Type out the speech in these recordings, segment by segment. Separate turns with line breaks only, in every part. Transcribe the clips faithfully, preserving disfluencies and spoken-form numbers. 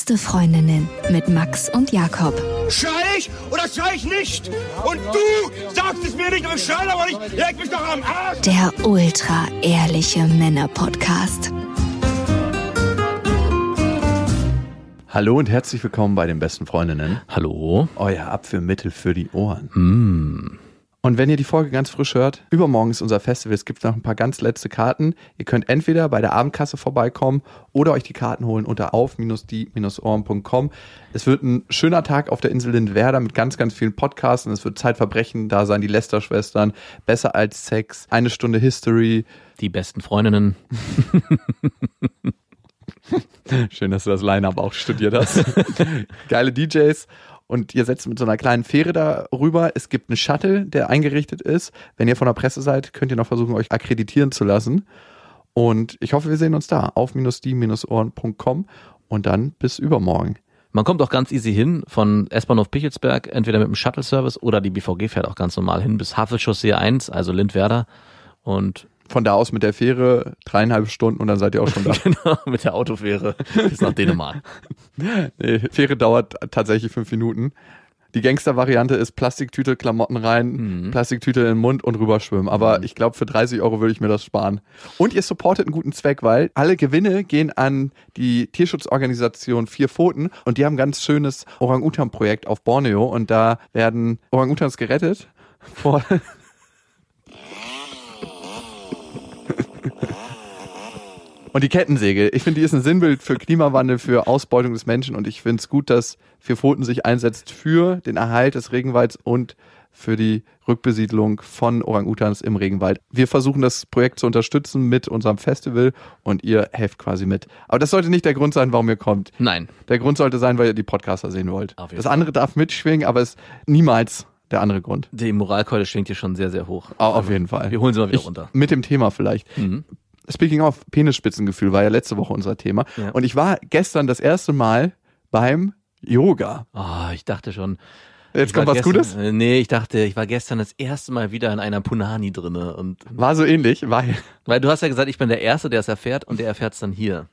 Beste Freundinnen mit Max und Jakob.
Schrei ich oder schrei ich nicht? Und du sagst es mir nicht, aber ich schrei aber nicht. Leg mich doch am Arsch.
Der ultra-ehrliche Männer-Podcast.
Hallo und herzlich willkommen bei den besten Freundinnen.
Hallo.
Euer Abführmittel für die Ohren.
Mm.
Und wenn ihr die Folge ganz frisch hört, übermorgen ist unser Festival. Es gibt noch ein paar ganz letzte Karten. Ihr könnt entweder bei der Abendkasse vorbeikommen oder euch die Karten holen unter auf die ohren punkt com. Es wird ein schöner Tag auf der Insel Lindwerder mit ganz, ganz vielen Podcasts. Und es wird Zeitverbrechen da sein, die Lester-Schwestern, Besser als Sex, eine Stunde History.
Die besten Freundinnen.
Schön, dass du das Line-Up auch studiert hast. Geile D Js. Und ihr setzt mit so einer kleinen Fähre da rüber. Es gibt einen Shuttle, der eingerichtet ist. Wenn ihr von der Presse seid, könnt ihr noch versuchen, euch akkreditieren zu lassen. Und ich hoffe, wir sehen uns da auf die ohren punkt com und dann bis übermorgen.
Man kommt auch ganz easy hin von S-Bahnhof Pichelsberg, entweder mit dem Shuttle-Service oder die B V G fährt auch ganz normal hin bis Havelchaussee eins, also Lindwerder. Und
von da aus mit der Fähre dreieinhalb Stunden und dann seid ihr auch schon da.
Genau, mit der Autofähre bis nach Dänemark.
Nee, Fähre dauert tatsächlich fünf Minuten. Die Gangster-Variante ist Plastiktüte, Klamotten rein, mhm. Plastiktüte in den Mund und rüberschwimmen. Aber mhm. ich glaube, für dreißig Euro würde ich mir das sparen. Und ihr supportet einen guten Zweck, weil alle Gewinne gehen an die Tierschutzorganisation Vier Pfoten und die haben ein ganz schönes Orang-Utan-Projekt auf Borneo und da werden Orang-Utans gerettet vor... Und die Kettensäge, ich finde, die ist ein Sinnbild für Klimawandel, für Ausbeutung des Menschen und ich finde es gut, dass Vier Pfoten sich einsetzt für den Erhalt des Regenwalds und für die Rückbesiedlung von Orang-Utans im Regenwald. Wir versuchen das Projekt zu unterstützen mit unserem Festival und ihr helft quasi mit. Aber das sollte nicht der Grund sein, warum ihr kommt.
Nein.
Der Grund sollte sein, weil ihr die Podcaster sehen wollt. Das andere darf mitschwingen, aber es ist niemals der andere Grund.
Die Moralkeule schwingt hier schon sehr, sehr hoch.
Oh, auf jeden Fall.
Wir holen sie mal wieder
ich,
runter.
Mit dem Thema vielleicht. Mhm. Speaking of Penisspitzengefühl war ja letzte Woche unser Thema. Ja. Und ich war gestern das erste Mal beim Yoga.
Oh, ich dachte schon.
Jetzt kommt was
gestern,
Gutes?
Nee, ich dachte, ich war gestern das erste Mal wieder in einer Punani drinne. Und
war so ähnlich, weil...
Weil du hast ja gesagt, ich bin der Erste, der es erfährt und der erfährt es dann hier.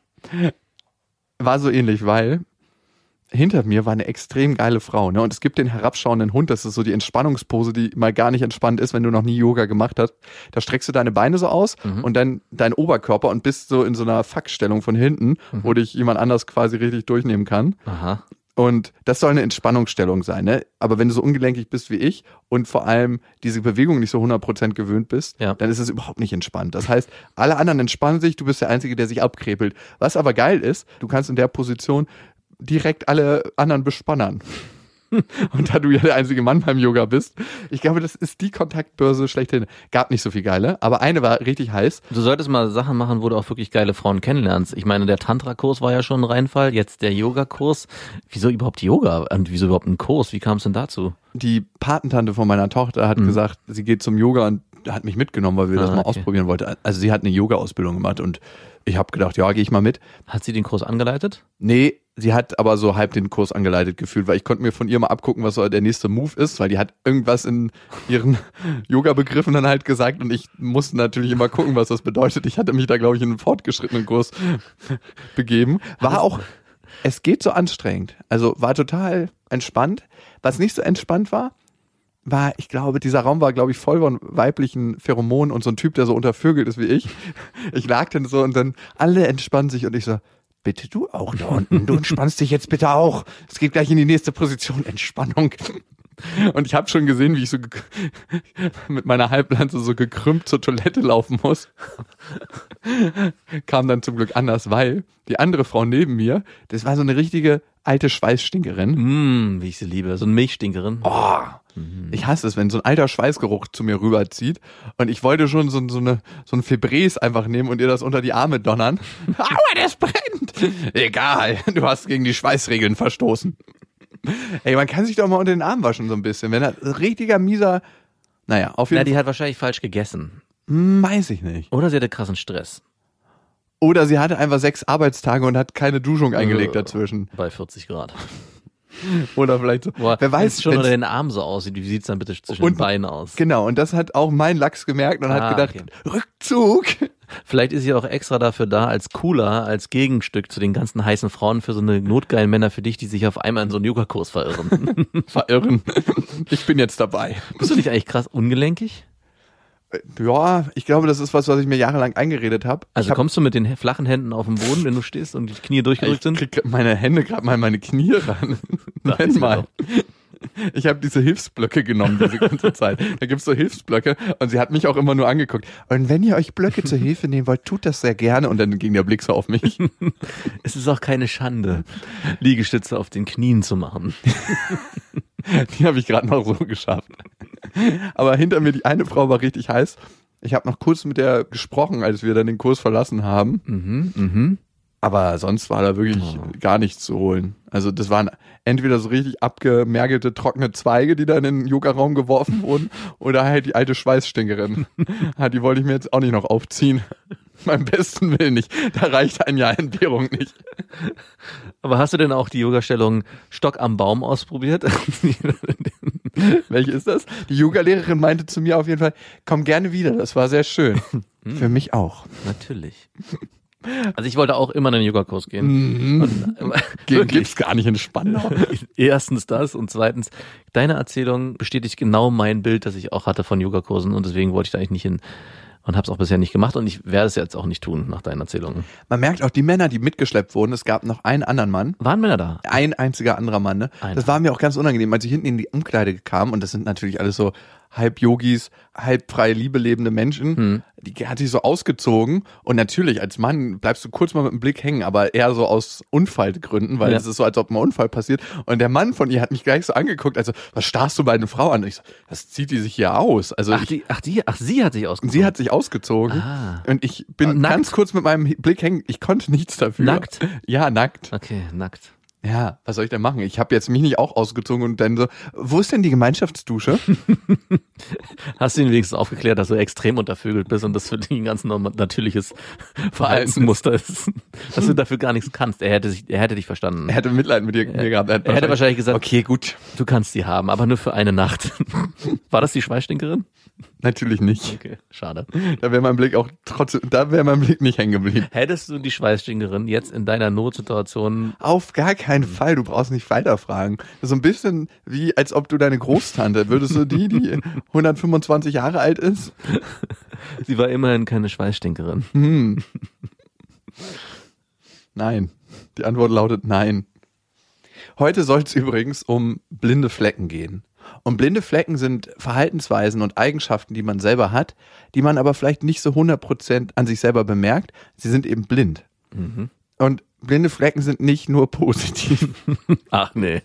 War so ähnlich, weil... Hinter mir war eine extrem geile Frau, ne? Und es gibt den herabschauenden Hund, das ist so die Entspannungspose, die mal gar nicht entspannt ist, wenn du noch nie Yoga gemacht hast. Da streckst du deine Beine so aus mhm. und dann dein Oberkörper und bist so in so einer Fackstellung von hinten, mhm. wo dich jemand anders quasi richtig durchnehmen kann.
Aha.
Und das soll eine Entspannungsstellung sein, ne? Aber wenn du so ungelenkig bist wie ich und vor allem diese Bewegung nicht so hundert Prozent gewöhnt bist, ja. dann ist es überhaupt nicht entspannt. Das heißt, alle anderen entspannen sich, du bist der Einzige, der sich abkrepelt. Was aber geil ist, du kannst in der Position direkt alle anderen bespannern. Und da du ja der einzige Mann beim Yoga bist, ich glaube, das ist die Kontaktbörse schlechthin. Gab nicht so viel geile, aber eine war richtig heiß.
Du solltest mal Sachen machen, wo du auch wirklich geile Frauen kennenlernst. Ich meine, der Tantra-Kurs war ja schon ein Reinfall, jetzt der Yoga-Kurs. Wieso überhaupt Yoga? Und wieso überhaupt ein Kurs? Wie kam es denn dazu?
Die Patentante von meiner Tochter hat mhm. gesagt, sie geht zum Yoga und hat mich mitgenommen, weil wir ah, das mal okay. ausprobieren wollten. Also sie hat eine Yoga-Ausbildung gemacht und ich habe gedacht, ja, gehe ich mal mit.
Hat sie den Kurs angeleitet?
Nee, sie hat aber so halb den Kurs angeleitet gefühlt, weil ich konnte mir von ihr mal abgucken, was so der nächste Move ist, weil die hat irgendwas in ihren Yoga-Begriffen dann halt gesagt und ich musste natürlich immer gucken, was das bedeutet. Ich hatte mich da, glaube ich, in einen fortgeschrittenen Kurs begeben. War auch, es geht so anstrengend. Also war total entspannt. Was nicht so entspannt war, war, ich glaube, dieser Raum war, glaube ich, voll von weiblichen Pheromonen und so ein Typ, der so untervögelt ist wie ich. Ich lag dann so und dann alle entspannen sich und ich so, bitte du auch da unten, du entspannst dich jetzt bitte auch. Es geht gleich in die nächste Position, Entspannung. Und ich habe schon gesehen, wie ich so mit meiner Halblanze so gekrümmt zur Toilette laufen muss. Kam dann zum Glück anders, weil die andere Frau neben mir, das war so eine richtige alte Schweißstinkerin.
Mm, wie ich sie liebe, so eine Milchstinkerin.
Oh, mhm. Ich hasse es, wenn so ein alter Schweißgeruch zu mir rüberzieht. Und ich wollte schon so, so, eine, so ein Febreze einfach nehmen und ihr das unter die Arme donnern. Aua, das brennt! Egal, du hast gegen die Schweißregeln verstoßen. Ey, man kann sich doch mal unter den Arm waschen so ein bisschen. Wenn er richtiger mieser, naja, auf jeden Fall.
Ja, die hat wahrscheinlich falsch gegessen.
Hm, weiß ich nicht.
Oder sie hatte krassen Stress.
Oder sie hatte einfach sechs Arbeitstage und hat keine Duschung eingelegt dazwischen.
Bei vierzig Grad.
Oder vielleicht so.
Boah,
wer weiß
schon unter den Armen so aussieht, wie sieht's dann bitte zwischen und, den Beinen aus?
Genau, und das hat auch mein Lachs gemerkt und ah, hat gedacht, okay. Rückzug.
Vielleicht ist sie auch extra dafür da, als cooler, als Gegenstück zu den ganzen heißen Frauen für so eine notgeilen Männer für dich, die sich auf einmal in so einen Yogakurs verirren.
Verirren. Ich bin jetzt dabei.
Bist du nicht eigentlich krass ungelenkig?
Ja, ich glaube, das ist was, was ich mir jahrelang eingeredet habe.
Also
hab,
kommst du mit den flachen Händen auf den Boden, wenn du stehst und die Knie durchgerückt sind?
Ich krieg meine Hände gerade mal in meine Knie ran. Moment mal. Ich habe diese Hilfsblöcke genommen diese ganze Zeit. Da gibt's so Hilfsblöcke und sie hat mich auch immer nur angeguckt. Und wenn ihr euch Blöcke zur Hilfe nehmen wollt, tut das sehr gerne. Und dann ging der Blick so auf mich.
Es ist auch keine Schande, Liegestütze auf den Knien zu machen.
Die habe ich gerade noch so geschafft. Aber hinter mir, die eine Frau war richtig heiß. Ich habe noch kurz mit der gesprochen, als wir dann den Kurs verlassen haben.
Mhm, mhm.
Aber sonst war da wirklich oh. gar nichts zu holen. Also das waren entweder so richtig abgemergelte, trockene Zweige, die da in den Yoga-Raum geworfen wurden, oder halt die alte Schweißstinkerin. Die wollte ich mir jetzt auch nicht noch aufziehen. Beim besten Willen nicht. Da reicht ein Jahr Entbehrung nicht.
Aber hast du denn auch die Yogastellung Stock am Baum ausprobiert?
Welche ist das? Die Yoga-Lehrerin meinte zu mir auf jeden Fall, komm gerne wieder, das war sehr schön. Für mich auch.
Natürlich. Also ich wollte auch immer in einen Yogakurs gehen.
Mhm.
Und,
äh, Gibt's gar nicht in Spandau.
Erstens das und zweitens, deine Erzählung bestätigt genau mein Bild, das ich auch hatte von Yogakursen und deswegen wollte ich da eigentlich nicht hin und habe es auch bisher nicht gemacht und ich werde es jetzt auch nicht tun nach deinen Erzählungen.
Man merkt auch die Männer, die mitgeschleppt wurden, es gab noch einen anderen Mann.
Waren Männer da?
Ein einziger anderer Mann, ne?
Einer.
Das war mir auch ganz unangenehm, als ich hinten in die Umkleide kam und das sind natürlich alles so halb Yogis, halb freie Liebe lebende Menschen. Hm. Die hat sich so ausgezogen und natürlich als Mann bleibst du kurz mal mit dem Blick hängen, aber eher so aus Unfallgründen, weil es ja. ist so, als ob ein Unfall passiert. Und der Mann von ihr hat mich gleich so angeguckt, also was starrst du bei einer Frau an? Und ich so, was zieht die sich hier aus? Also
ach,
ich,
die, ach, die, ach, sie hat sich ausgezogen.
Sie hat sich ausgezogen ah. und ich bin
nackt.
ganz kurz mit meinem Blick hängen. Ich konnte nichts dafür.
Nackt?
Ja, nackt.
Okay, nackt.
Ja, was soll ich denn machen? Ich habe jetzt mich nicht auch ausgezogen und dann so, wo ist denn die Gemeinschaftsdusche?
Hast du ihn wenigstens aufgeklärt, dass du extrem untervögelt bist und das für dich ein ganz natürliches Verhaltensmuster ist, dass du dafür gar nichts kannst. Er hätte sich, er hätte dich verstanden.
Er hätte Mitleid mit dir
er,
gehabt. Er,
er hätte wahrscheinlich gesagt,
okay, gut.
Du kannst die haben, aber nur für eine Nacht. War das die Schweißstinkerin?
Natürlich nicht.
Okay, schade.
Da wäre mein Blick auch trotzdem, da wäre mein Blick nicht hängen geblieben.
Hättest du die Schweißstinkerin jetzt in deiner Notsituation?
Auf gar keinen Fall, du brauchst nicht weiterfragen. Das ist so ein bisschen wie, als ob du deine Großtante, würdest du die, die hundertfünfundzwanzig Jahre alt ist?
Sie war immerhin keine Schweißstinkerin.
Hm. Nein. Die Antwort lautet nein. Heute soll es übrigens um blinde Flecken gehen. Und blinde Flecken sind Verhaltensweisen und Eigenschaften, die man selber hat, die man aber vielleicht nicht so hundert Prozent an sich selber bemerkt. Sie sind eben blind.
Mhm.
Und blinde Flecken sind nicht nur positiv.
Ach nee.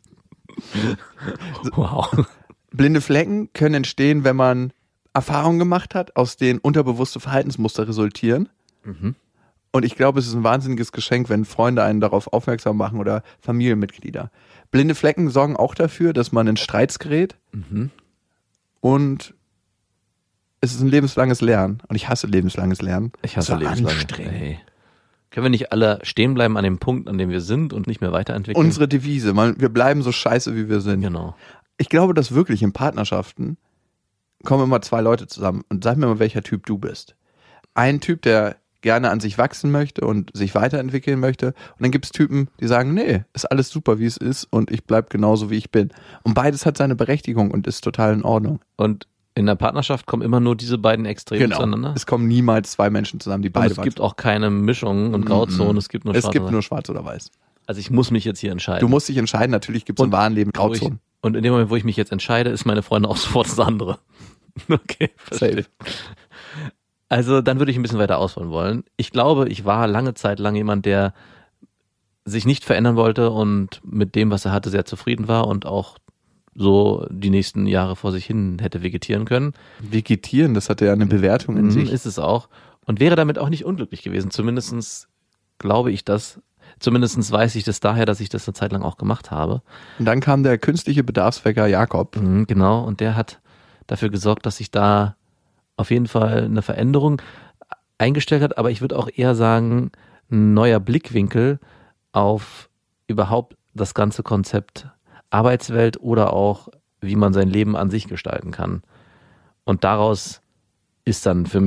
Wow.
Blinde Flecken können entstehen, wenn man Erfahrungen gemacht hat, aus denen unterbewusste Verhaltensmuster resultieren.
Mhm.
Und ich glaube, es ist ein wahnsinniges Geschenk, wenn Freunde einen darauf aufmerksam machen oder Familienmitglieder. Blinde Flecken sorgen auch dafür, dass man in Streits gerät.
Mhm.
Und es ist ein lebenslanges Lernen. Und ich hasse lebenslanges Lernen.
Ich hasse
so
lebenslanges Lernen. Hey. Können wir nicht alle stehen bleiben an dem Punkt, an dem wir sind und nicht mehr weiterentwickeln?
Unsere Devise, man, wir bleiben so scheiße, wie wir sind.
Genau.
Ich glaube, dass wirklich in Partnerschaften kommen immer zwei Leute zusammen. Und sag mir mal, welcher Typ du bist. Ein Typ, der gerne an sich wachsen möchte und sich weiterentwickeln möchte. Und dann gibt es Typen, die sagen, nee, ist alles super, wie es ist und ich bleib genauso, wie ich bin. Und beides hat seine Berechtigung und ist total in Ordnung.
Und in der Partnerschaft kommen immer nur diese beiden Extreme
genau.
zueinander?
Es kommen niemals zwei Menschen zusammen, die beide
und es gibt auch keine Mischung und Grauzonen, mm-hmm. es gibt nur
es
schwarz
gibt
oder
nur schwarz oder weiß.
Also ich muss mich jetzt hier entscheiden.
Du musst dich entscheiden, natürlich gibt es im wahren Leben Grauzonen.
Ich, und in dem Moment, wo ich mich jetzt entscheide, ist meine Freundin auch sofort das andere. Okay, verstehe. Also dann würde ich ein bisschen weiter ausholen wollen. Ich glaube, ich war lange Zeit lang jemand, der sich nicht verändern wollte und mit dem, was er hatte, sehr zufrieden war und auch so die nächsten Jahre vor sich hin hätte vegetieren können.
Vegetieren, das hatte ja eine Bewertung in
mhm,
sich.
Ist es auch. Und wäre damit auch nicht unglücklich gewesen. Zumindestens glaube ich das. Zumindest weiß ich das daher, dass ich das eine Zeit lang auch gemacht habe.
Und dann kam der künstliche Bedarfswecker Jakob.
Mhm, genau, und der hat dafür gesorgt, dass ich da auf jeden Fall eine Veränderung eingestellt hat, aber ich würde auch eher sagen, ein neuer Blickwinkel auf überhaupt das ganze Konzept Arbeitswelt oder auch, wie man sein Leben an sich gestalten kann. Und daraus ist dann für mich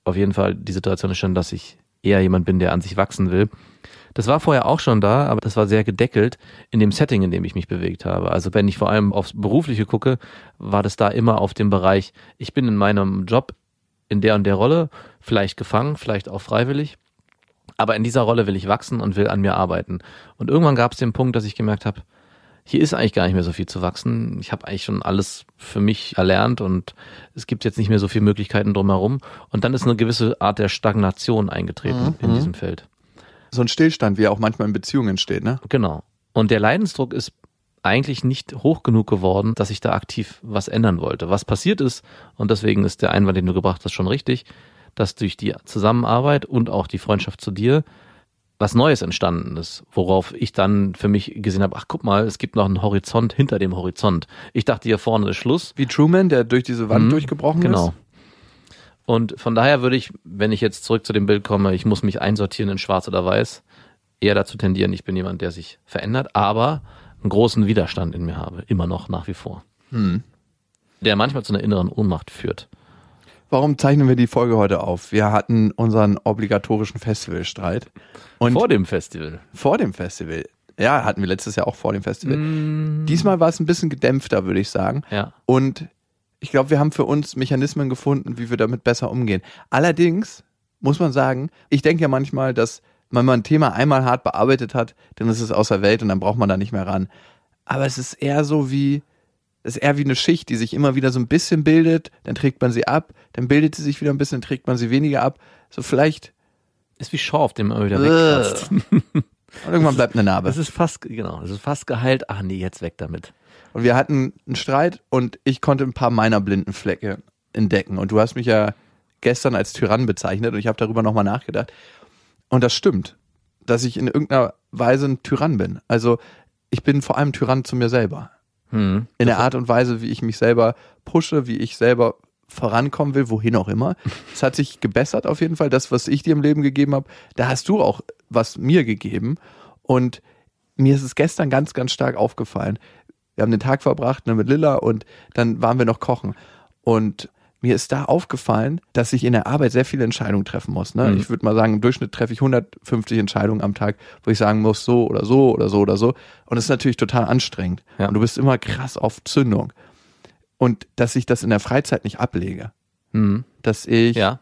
auf jeden Fall die Situation entstanden, dass ich eher jemand bin, der an sich wachsen will. Das war vorher auch schon da, aber das war sehr gedeckelt in dem Setting, in dem ich mich bewegt habe. Also wenn ich vor allem aufs Berufliche gucke, war das da immer auf dem Bereich, ich bin in meinem Job in der und der Rolle, vielleicht gefangen, vielleicht auch freiwillig, aber in dieser Rolle will ich wachsen und will an mir arbeiten. Und irgendwann gab es den Punkt, dass ich gemerkt habe, hier ist eigentlich gar nicht mehr so viel zu wachsen. Ich habe eigentlich schon alles für mich erlernt und es gibt jetzt nicht mehr so viele Möglichkeiten drumherum. Und dann ist eine gewisse Art der Stagnation eingetreten mhm. in diesem Feld.
So ein Stillstand, wie er auch manchmal in Beziehungen entsteht, ne?
Genau. Und der Leidensdruck ist eigentlich nicht hoch genug geworden, dass ich da aktiv was ändern wollte. Was passiert ist, und deswegen ist der Einwand, den du gebracht hast, schon richtig, dass durch die Zusammenarbeit und auch die Freundschaft zu dir was Neues entstanden ist, worauf ich dann für mich gesehen habe, ach guck mal, es gibt noch einen Horizont hinter dem Horizont. Ich dachte, hier vorne ist Schluss.
Wie Truman, der durch diese Wand
mhm,
durchgebrochen
genau.
ist?
Genau. Und von daher würde ich, wenn ich jetzt zurück zu dem Bild komme, ich muss mich einsortieren in schwarz oder weiß, eher dazu tendieren, ich bin jemand, der sich verändert, aber einen großen Widerstand in mir habe, immer noch, nach wie vor.
Hm.
Der manchmal zu einer inneren Ohnmacht führt.
Warum zeichnen wir die Folge heute auf? Wir hatten unseren obligatorischen Festivalstreit. Und
vor dem Festival?
Vor dem Festival. Ja, hatten wir letztes Jahr auch vor dem Festival.
Mm.
Diesmal war es ein bisschen gedämpfter, würde ich sagen.
Ja.
Und ich glaube, wir haben für uns Mechanismen gefunden, wie wir damit besser umgehen. Allerdings muss man sagen, ich denke ja manchmal, dass wenn man ein Thema einmal hart bearbeitet hat, dann ist es aus der Welt und dann braucht man da nicht mehr ran. Aber es ist eher so wie, es ist eher wie eine Schicht, die sich immer wieder so ein bisschen bildet, dann trägt man sie ab, dann bildet sie sich wieder ein bisschen, dann trägt man sie weniger ab. So vielleicht.
Ist wie Schorf, den man wieder wegkratzt.
Und irgendwann bleibt eine Narbe.
Das ist fast, genau, das ist fast geheilt. Ach nee, jetzt weg damit.
Und wir hatten einen Streit und ich konnte ein paar meiner blinden Flecke entdecken. Und du hast mich ja gestern als Tyrann bezeichnet und ich habe darüber nochmal nachgedacht. Und das stimmt, dass ich in irgendeiner Weise ein Tyrann bin. Also ich bin vor allem Tyrann zu mir selber.
Hm.
In der Art und Weise, wie ich mich selber pushe, wie ich selber vorankommen will, wohin auch immer. Es hat sich gebessert auf jeden Fall. Das, was ich dir im Leben gegeben habe, da hast du auch was mir gegeben. Und mir ist es gestern ganz, ganz stark aufgefallen. Wir haben den Tag verbracht, ne, mit Lilla und dann waren wir noch kochen. Und mir ist da aufgefallen, dass ich in der Arbeit sehr viele Entscheidungen treffen muss. Ne? Mhm. Ich würde mal sagen, im Durchschnitt treffe ich hundertfünfzig Entscheidungen am Tag, wo ich sagen muss, so oder so oder so oder so. Und das ist natürlich total anstrengend. Ja. Und du bist immer krass auf Zündung. Und dass ich das in der Freizeit nicht ablege.
Mhm.
Dass ich,
ja.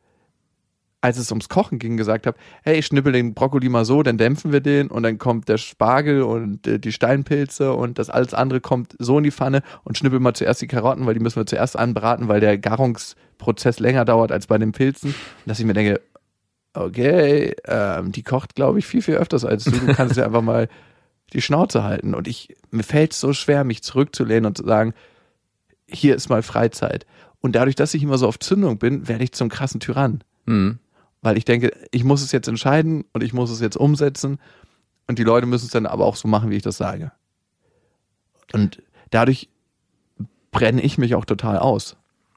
als es ums Kochen ging, gesagt habe, hey, ich schnippel den Brokkoli mal so, dann dämpfen wir den und dann kommt der Spargel und äh, die Steinpilze und das alles andere kommt so in die Pfanne und schnippel mal zuerst die Karotten, weil die müssen wir zuerst anbraten, weil der Garungsprozess länger dauert als bei den Pilzen. Und dass ich mir denke, okay, ähm, die kocht, glaube ich, viel, viel öfters als du. Du kannst ja einfach mal die Schnauze halten. Und ich, mir fällt es so schwer, mich zurückzulehnen und zu sagen, hier ist mal Freizeit. Und dadurch, dass ich immer so auf Zündung bin, werde ich zum krassen Tyrann.
Mhm.
Weil ich denke, ich muss es jetzt entscheiden und ich muss es jetzt umsetzen und die Leute müssen es dann aber auch so machen, wie ich das sage. Und dadurch brenne ich mich auch total aus.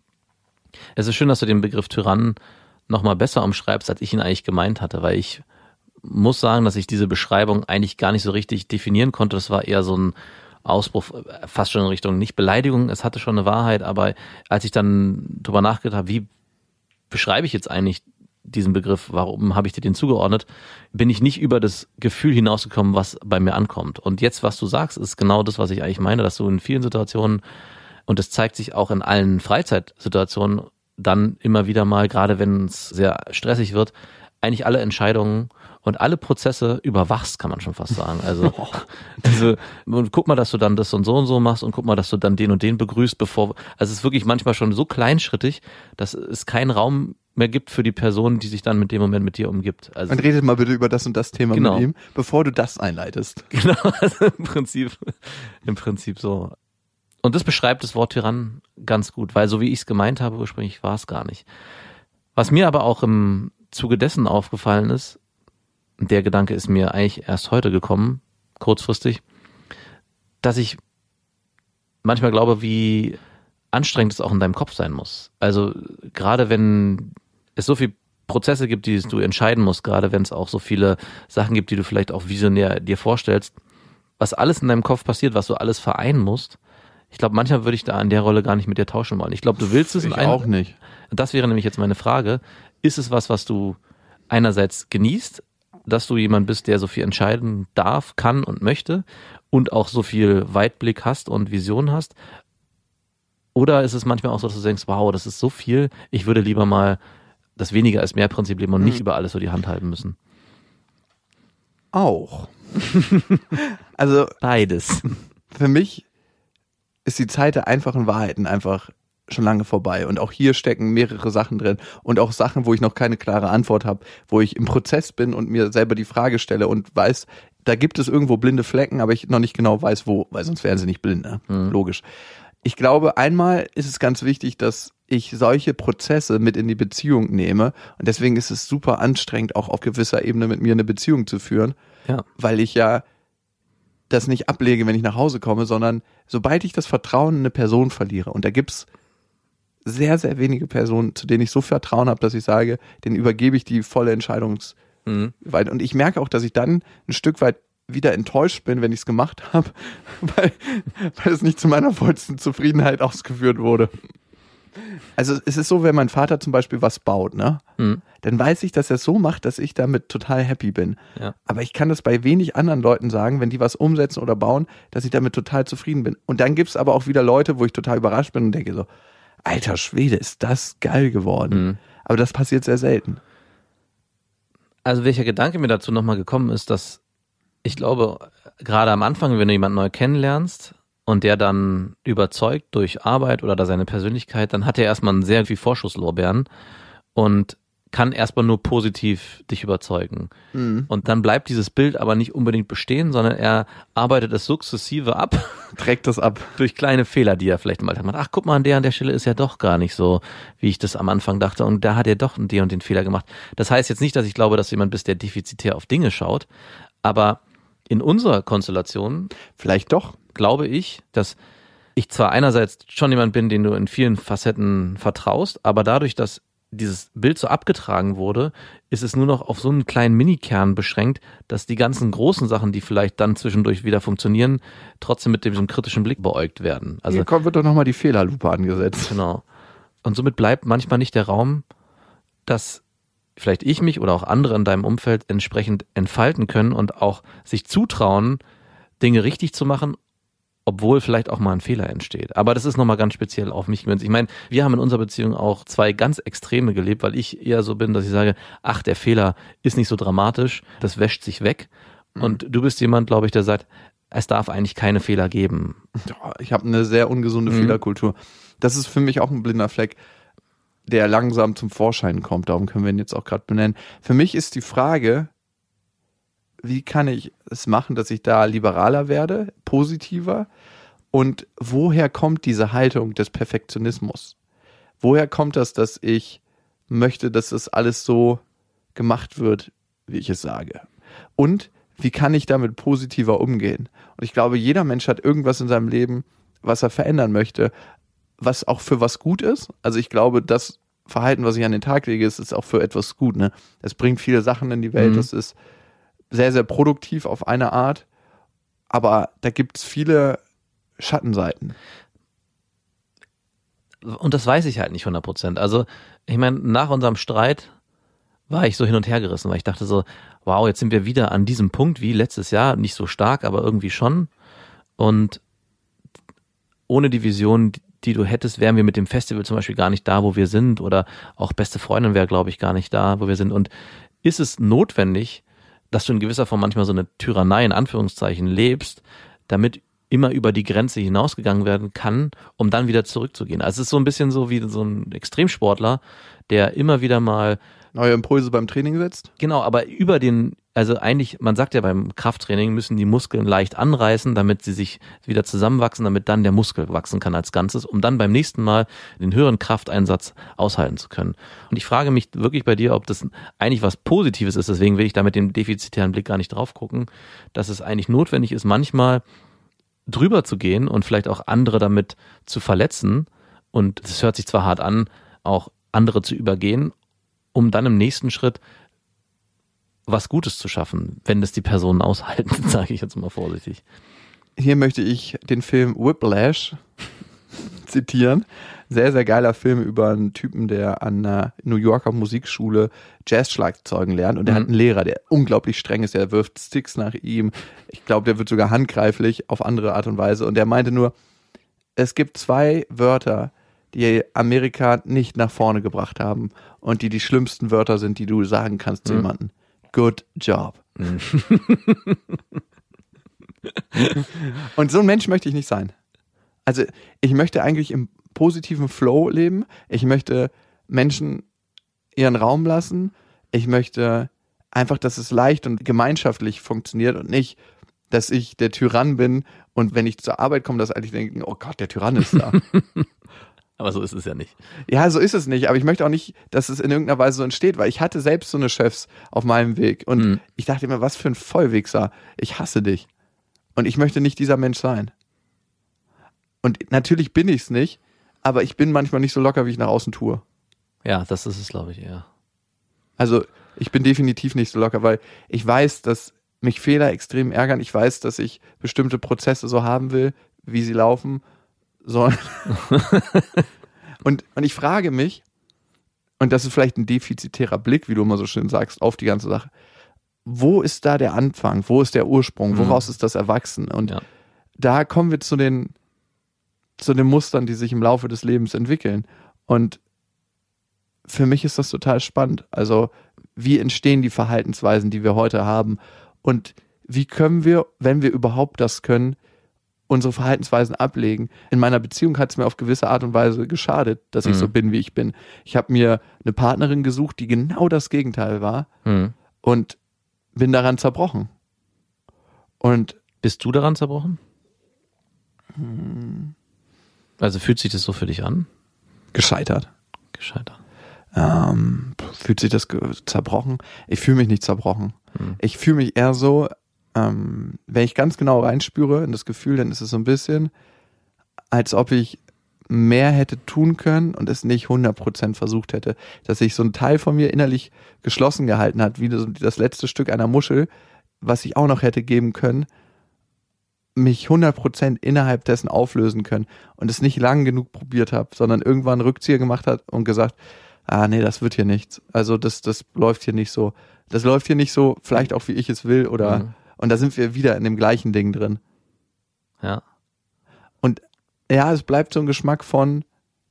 Es ist schön, dass du den Begriff Tyrann nochmal besser umschreibst, als ich ihn eigentlich gemeint hatte, weil ich muss sagen, dass ich diese Beschreibung eigentlich gar nicht so richtig definieren konnte. Das war eher so ein Ausbruch, fast schon in Richtung nicht Beleidigung, es hatte schon eine Wahrheit, aber als ich dann drüber nachgedacht habe, wie beschreibe ich jetzt eigentlich diesen Begriff, warum habe ich dir den zugeordnet, bin ich nicht über das Gefühl hinausgekommen, was bei mir ankommt. Und jetzt, was du sagst, ist genau das, was ich eigentlich meine, dass du in vielen Situationen, und das zeigt sich auch in allen Freizeitsituationen, dann immer wieder mal, gerade wenn es sehr stressig wird, eigentlich alle Entscheidungen und alle Prozesse überwachst, kann man schon fast sagen. Also diese, und guck mal, dass du dann das und so und so machst und guck mal, dass du dann den und den begrüßt, bevor, also es ist wirklich manchmal schon so kleinschrittig, dass es keinen Raum mehr gibt für die Person, die sich dann mit dem Moment mit dir umgibt. Also,
und redet mal bitte über das und das Thema
genau.
mit ihm, bevor du das einleitest.
Genau, also im Prinzip, im Prinzip so. Und das beschreibt das Wort Tyrann ganz gut, weil so wie ich es gemeint habe, ursprünglich war es gar nicht. Was mir aber auch im Zuge dessen aufgefallen ist, der Gedanke ist mir eigentlich erst heute gekommen, kurzfristig, dass ich manchmal glaube, wie anstrengend es auch in deinem Kopf sein muss. Also gerade wenn es so viele Prozesse gibt, die du entscheiden musst, gerade wenn es auch so viele Sachen gibt, die du vielleicht auch visionär dir vorstellst, was alles in deinem Kopf passiert, was du alles vereinen musst. Ich glaube, manchmal würde ich da an der Rolle gar nicht mit dir tauschen wollen. Ich glaube, du willst es.
Ich
in einem,
auch nicht.
Das wäre nämlich jetzt meine Frage. ist es was, was du einerseits genießt, dass du jemand bist, der so viel entscheiden darf, kann und möchte und auch so viel Weitblick hast und Vision hast? Oder ist es manchmal auch so, dass du denkst, wow, das ist so viel, ich würde lieber mal das Weniger ist mehr Prinzip leben und nicht
Mhm.
über alles so die Hand halten müssen?
Auch. Also
Beides.
für mich ist die Zeit der einfachen Wahrheiten einfach schon lange vorbei. Und auch hier stecken mehrere Sachen drin. Und auch Sachen, wo ich noch keine klare Antwort habe, wo ich im Prozess bin und mir selber die Frage stelle und weiß, da gibt es irgendwo blinde Flecken, aber ich noch nicht genau weiß, wo, weil sonst wären sie nicht blind, ne?
Mhm.
Logisch. Ich glaube, einmal ist es ganz wichtig, dass ich solche Prozesse mit in die Beziehung nehme. Und deswegen ist es super anstrengend, auch auf gewisser Ebene mit mir eine Beziehung zu führen,
Ja.
weil ich ja das nicht ablege, wenn ich nach Hause komme, sondern sobald ich das Vertrauen in eine Person verliere, und da gibt's sehr, sehr wenige Personen, zu denen ich so Vertrauen habe, dass ich sage, denen übergebe ich die volle Entscheidungsgewalt.
Mhm.
Und ich merke auch, dass ich dann ein Stück weit wieder enttäuscht bin, wenn ich es gemacht habe, weil, weil es nicht zu meiner vollsten Zufriedenheit ausgeführt wurde. Also es ist so, wenn mein Vater zum Beispiel was baut, ne,
Mhm.
dann weiß ich, dass er es so macht, dass ich damit total happy bin.
Ja.
Aber ich kann das bei wenig anderen Leuten sagen, wenn die was umsetzen oder bauen, dass ich damit total zufrieden bin. Und dann gibt's aber auch wieder Leute, wo ich total überrascht bin und denke so, alter Schwede, ist das geil geworden.
Mhm.
Aber das passiert sehr selten.
Also welcher Gedanke mir dazu nochmal gekommen ist, dass ich glaube, gerade am Anfang, wenn du jemanden neu kennenlernst und der dann überzeugt durch Arbeit oder da seine Persönlichkeit, dann hat er erstmal einen sehr viel Vorschusslorbeeren und kann erstmal nur positiv dich überzeugen.
Mhm.
Und dann bleibt dieses Bild aber nicht unbedingt bestehen, sondern er arbeitet es sukzessive ab
Trägt das ab.
durch kleine Fehler, die er vielleicht im Alltag macht. Ach, guck mal, an der an der Stelle ist ja doch gar nicht so, wie ich das am Anfang dachte. Und da hat er doch den und den Fehler gemacht. Das heißt jetzt nicht, dass ich glaube, dass du jemand bist, der defizitär auf Dinge schaut. Aber in unserer Konstellation
Vielleicht doch.
glaube ich, dass ich zwar einerseits schon jemand bin, den du in vielen Facetten vertraust, aber dadurch, dass dieses Bild so abgetragen wurde, ist es nur noch auf so einen kleinen Minikern beschränkt, dass die ganzen großen Sachen, die vielleicht dann zwischendurch wieder funktionieren, trotzdem mit diesem kritischen Blick beäugt werden. Also
Hier kommt, wird doch nochmal die Fehlerlupe angesetzt.
genau. Und somit bleibt manchmal nicht der Raum, dass vielleicht ich mich oder auch andere in deinem Umfeld entsprechend entfalten können und auch sich zutrauen, Dinge richtig zu machen, obwohl vielleicht auch mal ein Fehler entsteht. Aber das ist nochmal ganz speziell auf mich gemünzt. Ich meine, wir haben in unserer Beziehung auch zwei ganz Extreme gelebt, weil ich eher so bin, dass ich sage, ach, der Fehler ist nicht so dramatisch, das wäscht sich weg.
Mhm.
Und du bist jemand, glaube ich, der sagt, es darf eigentlich keine Fehler geben.
Ich habe eine sehr ungesunde
Mhm.
Fehlerkultur. Das ist für mich auch ein blinder Fleck, der langsam zum Vorschein kommt. Darum können wir ihn jetzt auch gerade benennen. Für mich ist die Frage, wie kann ich es machen, dass ich da liberaler werde, positiver? Und woher kommt diese Haltung des Perfektionismus? Woher kommt das, dass ich möchte, dass das alles so gemacht wird, wie ich es sage? Und wie kann ich damit positiver umgehen? Und ich glaube, jeder Mensch hat irgendwas in seinem Leben, was er verändern möchte, was auch für was gut ist. Also ich glaube, das Verhalten, was ich an den Tag lege, ist, ist auch für etwas gut. Ne? Es bringt viele Sachen in die Welt.
Mhm.
Das ist sehr, sehr produktiv auf eine Art. Aber da gibt es viele Schattenseiten.
Und das weiß ich halt nicht hundert Prozent. Also ich meine, nach unserem Streit war ich so hin und her gerissen, weil ich dachte so, wow, jetzt sind wir wieder an diesem Punkt wie letztes Jahr, nicht so stark, aber irgendwie schon. Und ohne die Vision, die du hättest, wären wir mit dem Festival zum Beispiel gar nicht da, wo wir sind, oder auch Beste Freundin wäre, glaube ich, gar nicht da, wo wir sind. Und ist es notwendig, dass du in gewisser Form manchmal so eine Tyrannei in Anführungszeichen lebst, damit immer über die Grenze hinausgegangen werden kann, um dann wieder zurückzugehen. Also es ist so ein bisschen so wie so ein Extremsportler, der immer wieder mal
Neue Impulse beim Training setzt?
Genau, aber über den, also eigentlich, man sagt ja beim Krafttraining, müssen die Muskeln leicht anreißen, damit sie sich wieder zusammenwachsen, damit dann der Muskel wachsen kann als Ganzes, um dann beim nächsten Mal den höheren Krafteinsatz aushalten zu können. Und ich frage mich wirklich bei dir, ob das eigentlich was Positives ist, deswegen will ich da mit dem defizitären Blick gar nicht drauf gucken, dass es eigentlich notwendig ist, manchmal drüber zu gehen und vielleicht auch andere damit zu verletzen. Und es hört sich zwar hart an, auch andere zu übergehen, um dann im nächsten Schritt was Gutes zu schaffen, wenn das die Personen aushalten, sage ich jetzt mal vorsichtig.
Hier möchte ich den Film Whiplash zitieren. sehr, sehr geiler Film über einen Typen, der an einer New Yorker Musikschule Jazz-Schlagzeugen lernt und der
Mhm.
hat einen Lehrer, der unglaublich streng ist, der wirft Sticks nach ihm. Ich glaube, der wird sogar handgreiflich auf andere Art und Weise und der meinte nur, es gibt zwei Wörter, die Amerika nicht nach vorne gebracht haben und die die schlimmsten Wörter sind, die du sagen kannst zu
Mhm.
jemandem. Good job.
Mhm.
Und so ein Mensch möchte ich nicht sein. Also ich möchte eigentlich im positiven Flow leben. Ich möchte Menschen ihren Raum lassen. Ich möchte einfach, dass es leicht und gemeinschaftlich funktioniert und nicht, dass ich der Tyrann bin und wenn ich zur Arbeit komme, dass eigentlich denken, oh Gott, der Tyrann ist da.
Aber so ist es ja nicht.
Ja, so ist es nicht. Aber ich möchte auch nicht, dass es in irgendeiner Weise so entsteht, weil ich hatte selbst so eine Chefs auf meinem Weg und
Mhm.
ich dachte immer, was für ein Vollwichser. Ich hasse dich. Und ich möchte nicht dieser Mensch sein. Und natürlich bin ich es nicht, aber ich bin manchmal nicht so locker, wie ich nach außen tue.
Ja, das ist es, glaube ich, eher.
Also ich bin definitiv nicht so locker, weil ich weiß, dass mich Fehler extrem ärgern. Ich weiß, dass ich bestimmte Prozesse so haben will, wie sie laufen sollen. und, und ich frage mich, und das ist vielleicht ein defizitärer Blick, wie du immer so schön sagst, auf die ganze Sache, wo ist da der Anfang? Wo ist der Ursprung? Woraus ist das erwachsen? Und
Ja.
da kommen wir zu den, zu den Mustern, die sich im Laufe des Lebens entwickeln. Und für mich ist das total spannend. Also, wie entstehen die Verhaltensweisen, die wir heute haben? Und wie können wir, wenn wir überhaupt das können, unsere Verhaltensweisen ablegen? In meiner Beziehung hat es mir auf gewisse Art und Weise geschadet, dass ich
Mhm.
so bin, wie ich bin. Ich habe mir eine Partnerin gesucht, die genau das Gegenteil war
Mhm.
und bin daran zerbrochen. Und
Bist du daran zerbrochen? Also fühlt sich das so für dich an?
gescheitert.
Gescheitert.
Ähm, fühlt sich das ge- zerbrochen? Ich fühle mich nicht zerbrochen.
Mhm.
Ich fühle mich eher so, ähm, wenn ich ganz genau reinspüre in das Gefühl, dann ist es so ein bisschen, als ob ich mehr hätte tun können und es nicht hundert Prozent versucht hätte. Dass sich so ein Teil von mir innerlich geschlossen gehalten hat, wie das, das letzte Stück einer Muschel, was ich auch noch hätte geben können, mich hundert Prozent innerhalb dessen auflösen können und es nicht lang genug probiert habe, sondern irgendwann einen Rückzieher gemacht hat und gesagt, ah nee, das wird hier nichts. Also das, das läuft hier nicht so. Das läuft hier nicht so, vielleicht auch wie ich es will oder
Mhm.
und da sind wir wieder in dem gleichen Ding drin.
Ja.
Und ja, es bleibt so ein Geschmack von,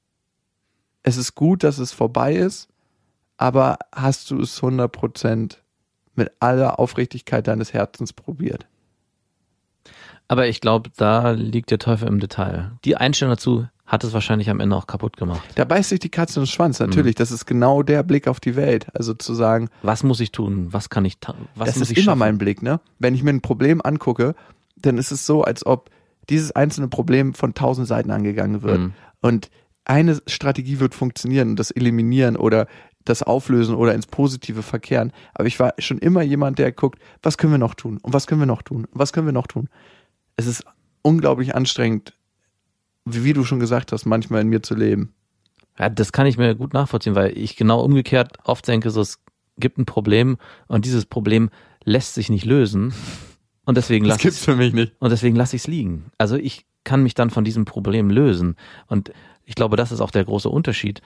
es ist gut, dass es vorbei ist, aber hast du es hundert Prozent mit aller Aufrichtigkeit deines Herzens probiert?
Aber ich glaube, da liegt der Teufel im Detail. Die Einstellung dazu hat es wahrscheinlich am Ende auch kaputt gemacht.
Da beißt sich die Katze in den Schwanz, natürlich. Das ist genau der Blick auf die Welt. Also zu sagen,
Was muss ich tun? Was kann ich ta- was
das
muss
ist
ich
immer
schaffen?
mein Blick, ne? Wenn ich mir ein Problem angucke, dann ist es so, als ob dieses einzelne Problem von tausend Seiten angegangen wird.
Mhm.
Und eine Strategie wird funktionieren, das Eliminieren oder das Auflösen oder ins Positive verkehren. Aber ich war schon immer jemand, der guckt, was können wir noch tun? Und was können wir noch tun? Und was können wir noch tun? Es ist unglaublich anstrengend, wie, wie du schon gesagt hast, manchmal in mir zu leben.
Ja, das kann ich mir gut nachvollziehen, weil ich genau umgekehrt oft denke, so, es gibt ein Problem und dieses Problem lässt sich nicht lösen und deswegen
Das
lasse
gibt's
ich
für mich nicht.
und deswegen lasse ich es liegen. Also ich kann mich dann von diesem Problem lösen und ich glaube, das ist auch der große Unterschied.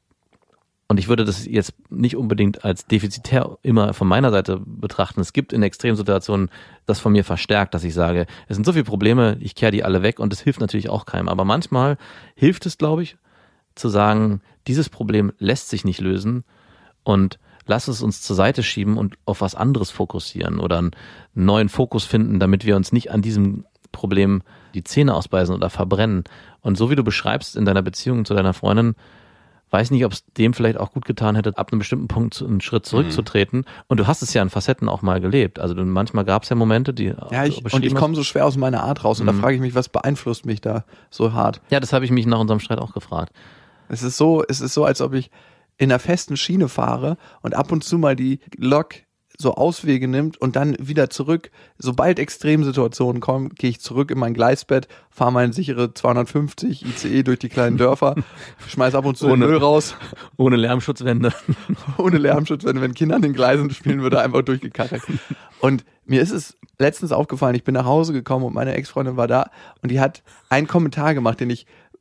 Und ich würde das jetzt nicht unbedingt als defizitär immer von meiner Seite betrachten. Es gibt in Extremsituationen das von mir verstärkt, dass ich sage, es sind so viele Probleme, ich kehre die alle weg und es hilft natürlich auch keinem. Aber manchmal hilft es, glaube ich, zu sagen, dieses Problem lässt sich nicht lösen und lass es uns zur Seite schieben und auf was anderes fokussieren oder einen neuen Fokus finden, damit wir uns nicht an diesem Problem die Zähne ausbeißen oder verbrennen. Und so wie du beschreibst in deiner Beziehung zu deiner Freundin, weiß nicht, ob es dem vielleicht auch gut getan hätte, ab einem bestimmten Punkt einen Schritt zurückzutreten. Und du hast es ja in Facetten auch mal gelebt. Also du, manchmal gab es ja Momente, die
Ja, ich, und ich komme so schwer aus meiner Art raus und
Mhm.
da frage ich mich, was beeinflusst mich da so hart?
Ja, das habe ich mich nach unserem Streit auch gefragt.
Es ist so, es ist so, als ob ich in einer festen Schiene fahre und ab und zu mal die Lok so Auswege nimmt und dann wieder zurück. Sobald Extremsituationen kommen, gehe ich zurück in mein Gleisbett, fahre meine sichere zweihundertfünfzig I C E durch die kleinen Dörfer, schmeiß ab und zu den
Ohne-
Müll raus,
Ohne Lärmschutzwände.
ohne Lärmschutz, wenn, wenn Kinder an den Gleisen spielen würde, einfach durchgekarrt. Und mir ist es letztens aufgefallen, ich bin nach Hause gekommen und meine Ex-Freundin war da und die hat einen Kommentar gemacht, den ich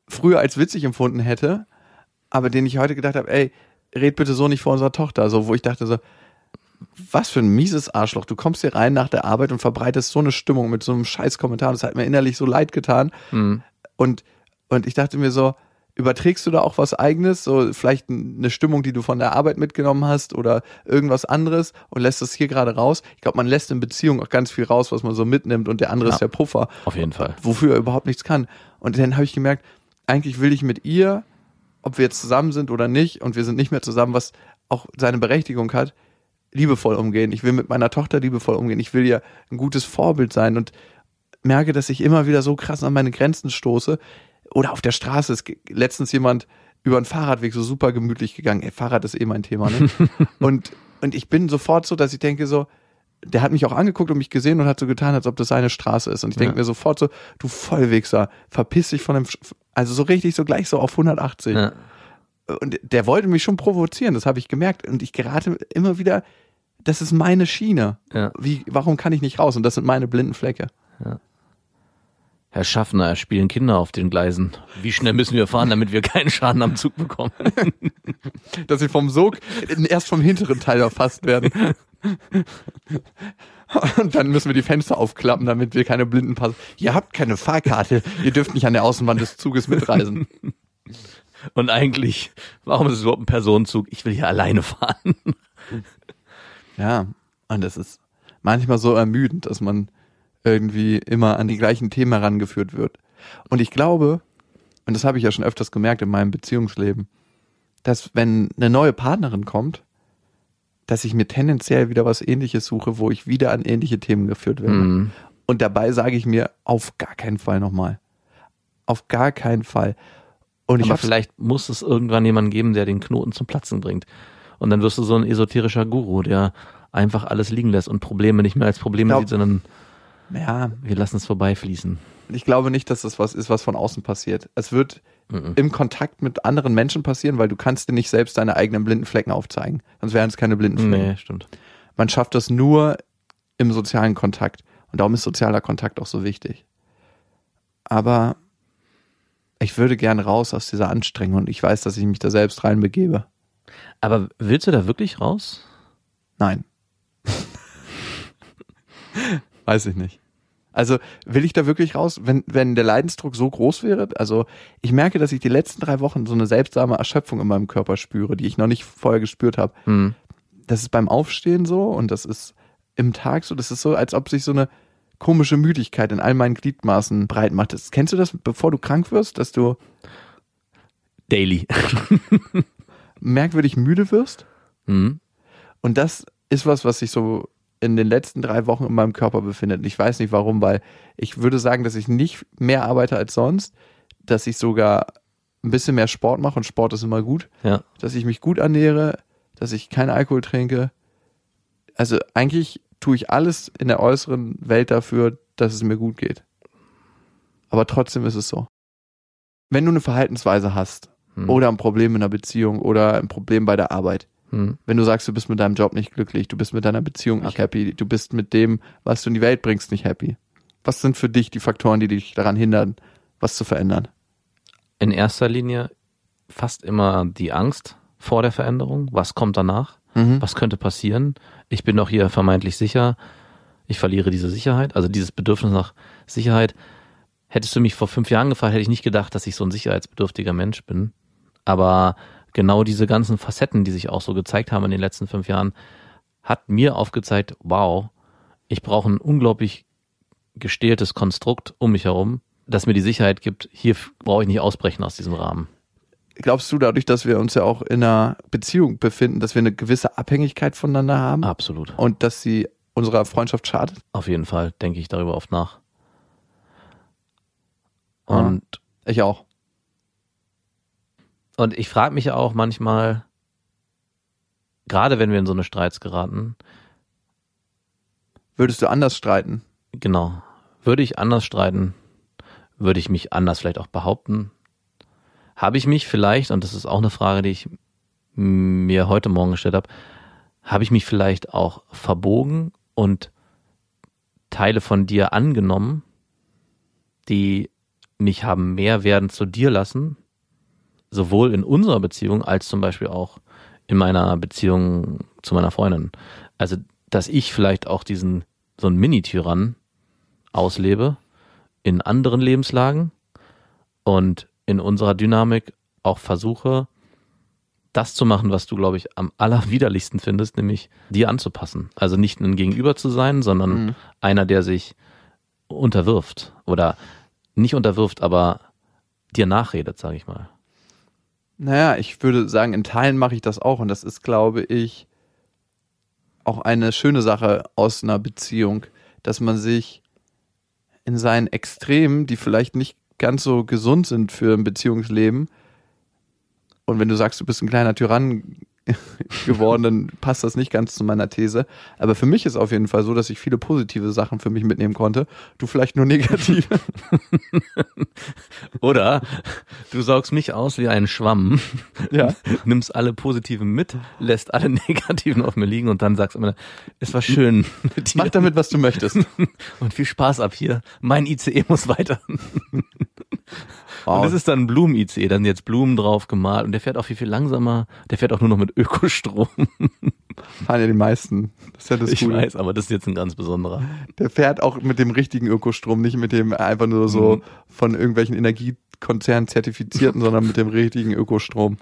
früher als witzig empfunden hätte, aber den ich heute gedacht habe, ey, red bitte so nicht vor unserer Tochter, so, wo ich dachte so, was für ein mieses Arschloch, du kommst hier rein nach der Arbeit und verbreitest so eine Stimmung mit so einem scheiß Kommentar, das hat mir innerlich so leid getan
Mhm.
und, und ich dachte mir so, überträgst du da auch was Eigenes, so vielleicht eine Stimmung, die du von der Arbeit mitgenommen hast oder irgendwas anderes und lässt das hier gerade raus? Ich glaube, man lässt in Beziehungen auch ganz viel raus, was man so mitnimmt und der andere
Ja,
ist der Puffer.
auf jeden Fall.
Wofür er überhaupt nichts kann. Und dann habe ich gemerkt, eigentlich will ich mit ihr, ob wir jetzt zusammen sind oder nicht und wir sind nicht mehr zusammen, was auch seine Berechtigung hat, liebevoll umgehen. Ich will mit meiner Tochter liebevoll umgehen. Ich will ihr ein gutes Vorbild sein und merke, dass ich immer wieder so krass an meine Grenzen stoße. Oder auf der Straße ist letztens jemand über einen Fahrradweg so super gemütlich gegangen. Ey, Fahrrad ist eh mein Thema, ne? und, und ich bin sofort so, dass ich denke so, der hat mich auch angeguckt und mich gesehen und hat so getan, als ob das seine Straße ist. Und ich denke
Ja.
mir sofort so, du Vollwichser, verpiss dich von dem, Sch- also so richtig so gleich so auf hundertachtzig.
Ja.
Und der wollte mich schon provozieren, das habe ich gemerkt. Und ich gerate immer wieder, das ist meine Schiene.
Ja.
Wie, warum kann ich nicht raus? Und das sind meine blinden Flecke.
Herr Schaffner, es spielen Kinder auf den Gleisen. Wie schnell müssen wir fahren, damit wir keinen Schaden am Zug bekommen?
Dass sie vom Sog erst vom hinteren Teil erfasst werden. Und dann müssen wir die Fenster aufklappen, damit wir keine Blinden passen. Ihr habt keine Fahrkarte, ihr dürft nicht an der Außenwand des Zuges mitreisen.
Und eigentlich, warum ist es überhaupt ein Personenzug? Ich will hier alleine fahren.
Ja, und das ist manchmal so ermüdend, dass man irgendwie immer an die gleichen Themen herangeführt wird. Und ich glaube, und das habe ich ja schon öfters gemerkt in meinem Beziehungsleben, dass wenn eine neue Partnerin kommt, dass ich mir tendenziell wieder was Ähnliches suche, wo ich wieder an ähnliche Themen geführt werde.
Mhm.
Und dabei sage ich mir, auf gar keinen Fall nochmal. Auf gar keinen Fall. Und ich
Aber
hab's-
vielleicht muss es irgendwann jemanden geben, der den Knoten zum Platzen bringt. Und dann wirst du so ein esoterischer Guru, der einfach alles liegen lässt und Probleme nicht mehr als Probleme
Glaub-
sieht, sondern
ja,
wir lassen es vorbeifließen.
ich glaube nicht, dass das was ist, was von außen passiert. Es wird
Mhm.
im Kontakt mit anderen Menschen passieren, weil du kannst dir nicht selbst deine eigenen blinden Flecken aufzeigen. Sonst wären es keine blinden Flecken.
Nee, stimmt.
Man schafft das nur im sozialen Kontakt. Und darum ist sozialer Kontakt auch so wichtig. Aber ich würde gern raus aus dieser Anstrengung und ich weiß, dass ich mich da selbst reinbegebe.
Aber willst du da wirklich raus?
Nein. Weiß ich nicht. Also will ich da wirklich raus, wenn, wenn der Leidensdruck so groß wäre? Also ich merke, dass ich die letzten drei Wochen so eine seltsame Erschöpfung in meinem Körper spüre, die ich noch nicht vorher gespürt habe.
Hm.
Das ist beim Aufstehen so und das ist im Tag so. Das ist so, als ob sich so eine komische Müdigkeit in all meinen Gliedmaßen breit macht. Das, kennst du das, bevor du krank wirst, dass du
Daily.
merkwürdig müde wirst?
Hm.
Und das ist was, was sich so in den letzten drei Wochen in meinem Körper befindet. Und ich weiß nicht warum, weil ich würde sagen, dass ich nicht mehr arbeite als sonst, dass ich sogar ein bisschen mehr Sport mache und Sport ist immer gut,
Ja.
dass ich mich gut ernähre, dass ich keinen Alkohol trinke. Also eigentlich tue ich alles in der äußeren Welt dafür, dass es mir gut geht. Aber trotzdem ist es so. Wenn du eine Verhaltensweise hast
Hm.
oder ein Problem in einer Beziehung oder ein Problem bei der Arbeit,
Hm.
wenn du sagst, du bist mit deinem Job nicht glücklich, du bist mit deiner Beziehung nicht
Okay.
happy, du bist mit dem, was du in die Welt bringst, nicht happy. Was sind für dich die Faktoren, die dich daran hindern, was zu verändern?
In erster Linie fast immer die Angst vor der Veränderung. Was kommt danach?
Mhm.
Was könnte passieren? Ich bin doch hier vermeintlich sicher. Ich verliere diese Sicherheit, also dieses Bedürfnis nach Sicherheit. Hättest du mich vor fünf Jahren gefragt, hätte ich nicht gedacht, dass ich so ein sicherheitsbedürftiger Mensch bin. Aber genau diese ganzen Facetten, die sich auch so gezeigt haben in den letzten fünf Jahren, hat mir aufgezeigt, wow, ich brauche ein unglaublich gestähltes Konstrukt um mich herum, das mir die Sicherheit gibt, hier brauche ich nicht ausbrechen aus diesem Rahmen.
Glaubst du dadurch, dass wir uns ja auch in einer Beziehung befinden, dass wir eine gewisse Abhängigkeit voneinander haben
Absolut.
und dass sie unserer Freundschaft schadet?
Auf jeden Fall denke ich darüber oft nach. Und,
Ich auch.
und ich frage mich auch manchmal, gerade wenn wir in so eine Streits geraten,
Würdest du anders streiten?
genau, würde ich anders streiten, würde ich mich anders vielleicht auch behaupten, habe ich mich vielleicht, und das ist auch eine Frage, die ich mir heute Morgen gestellt habe, habe ich mich vielleicht auch verbogen und Teile von dir angenommen, die mich haben mehr werden zu dir lassen, sowohl in unserer Beziehung als zum Beispiel auch in meiner Beziehung zu meiner Freundin. Also, dass ich vielleicht auch diesen, so einen Mini-Tyrann auslebe in anderen Lebenslagen und in unserer Dynamik auch versuche, das zu machen, was du, glaube ich, am allerwiderlichsten findest, nämlich dir anzupassen. Also nicht ein Gegenüber zu sein, sondern mhm. einer, der sich unterwirft oder nicht unterwirft, aber dir nachredet, sage ich mal.
Naja, ich würde sagen, in Teilen mache ich das auch und das ist, glaube ich, auch eine schöne Sache aus einer Beziehung, dass man sich in seinen Extremen, die vielleicht nicht ganz so gesund sind für ein Beziehungsleben, und wenn du sagst, du bist ein kleiner Tyrann geworden, dann passt das nicht ganz zu meiner These. Aber für mich ist auf jeden Fall so, dass ich viele positive Sachen für mich mitnehmen konnte. Du vielleicht nur negative.
Oder du saugst mich aus wie ein Schwamm,
ja.
nimmst alle positiven mit, lässt alle negativen auf mir liegen und dann sagst du immer, es war schön mit dir.
Mach damit, was du möchtest.
Und viel Spaß ab hier. Mein I C E muss weiter.
Wow.
Und das ist dann ein Blumen-I C E, da sind jetzt Blumen drauf gemalt und der fährt auch viel, viel langsamer. Der fährt auch nur noch mit Ökostrom.
Fahren ja die meisten. Das ist ja das
Ich
Coole.
weiß, aber das ist jetzt ein ganz besonderer.
Der fährt auch mit dem richtigen Ökostrom, nicht mit dem einfach nur so
mhm.
von irgendwelchen Energiekonzernen zertifizierten, sondern mit dem richtigen Ökostrom.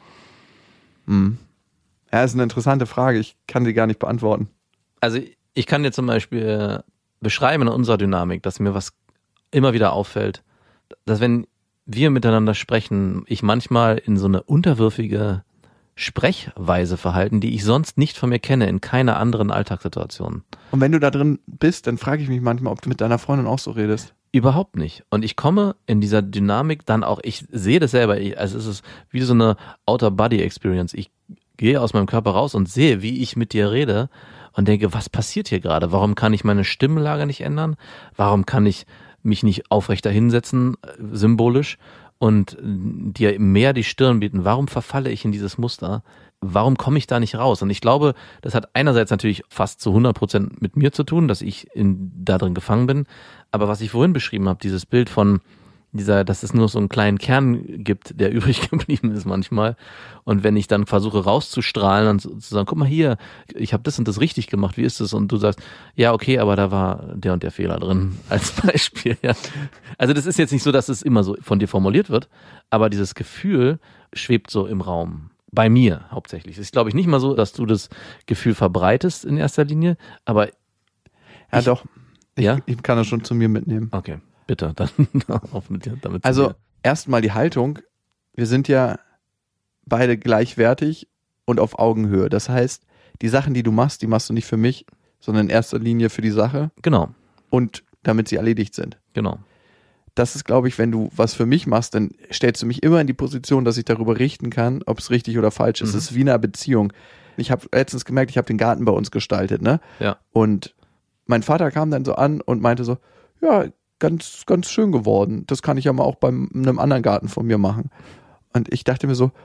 Mhm. Ja, ist eine interessante Frage. Ich kann sie gar nicht beantworten.
Also ich kann dir zum Beispiel beschreiben in unserer Dynamik, dass mir was immer wieder auffällt, dass wenn wir miteinander sprechen, ich manchmal in so eine unterwürfige Sprechweise verhalten, die ich sonst nicht von mir kenne, in keiner anderen Alltagssituation.
Und wenn du da drin bist, dann frage ich mich manchmal, ob du mit deiner Freundin auch so redest.
Überhaupt nicht. Und ich komme in dieser Dynamik dann auch, ich sehe das selber, ich, also es ist wie so eine Outer-Body-Experience. Ich gehe aus meinem Körper raus und sehe, wie ich mit dir rede und denke, was passiert hier gerade? Warum kann ich meine Stimmlage nicht ändern? Warum kann ich mich nicht aufrechter hinsetzen, symbolisch, und dir mehr die Stirn bieten? Warum verfalle ich in dieses Muster? Warum komme ich da nicht raus? Und ich glaube, das hat einerseits natürlich fast zu hundert Prozent mit mir zu tun, dass ich in, da drin gefangen bin. Aber was ich vorhin beschrieben habe, dieses Bild von dieser, dass es nur so einen kleinen Kern gibt, der übrig geblieben ist manchmal. Und wenn ich dann versuche rauszustrahlen und zu sagen, guck mal hier, ich habe das und das richtig gemacht, wie ist das? Und du sagst, ja okay, aber da war der und der Fehler drin, als Beispiel. Ja. Also das ist jetzt nicht so, dass es immer so von dir formuliert wird, aber dieses Gefühl schwebt so im Raum. Bei mir hauptsächlich. Es ist, glaube ich, nicht mal so, dass du das Gefühl verbreitest in erster Linie, aber
Ja
ich,
doch, ich,
ja?
ich kann das schon zu mir mitnehmen.
Okay. Bitte, dann auf mit dir, damit.
Also erstmal die Haltung. Wir sind ja beide gleichwertig und auf Augenhöhe. Das heißt, die Sachen, die du machst, die machst du nicht für mich, sondern in erster Linie für die Sache.
Genau.
Und damit sie erledigt sind.
Genau.
Das ist, glaube ich, wenn du was für mich machst, dann stellst du mich immer in die Position, dass ich darüber richten kann, ob es richtig oder falsch ist.
Mhm.
Es ist wie in einer Beziehung. Ich habe letztens gemerkt, ich habe den Garten bei uns gestaltet, ne?
Ja.
Und mein Vater kam dann so an und meinte so, ja, ganz, ganz schön geworden. Das kann ich ja mal auch bei einem anderen Garten von mir machen. Und ich dachte mir so,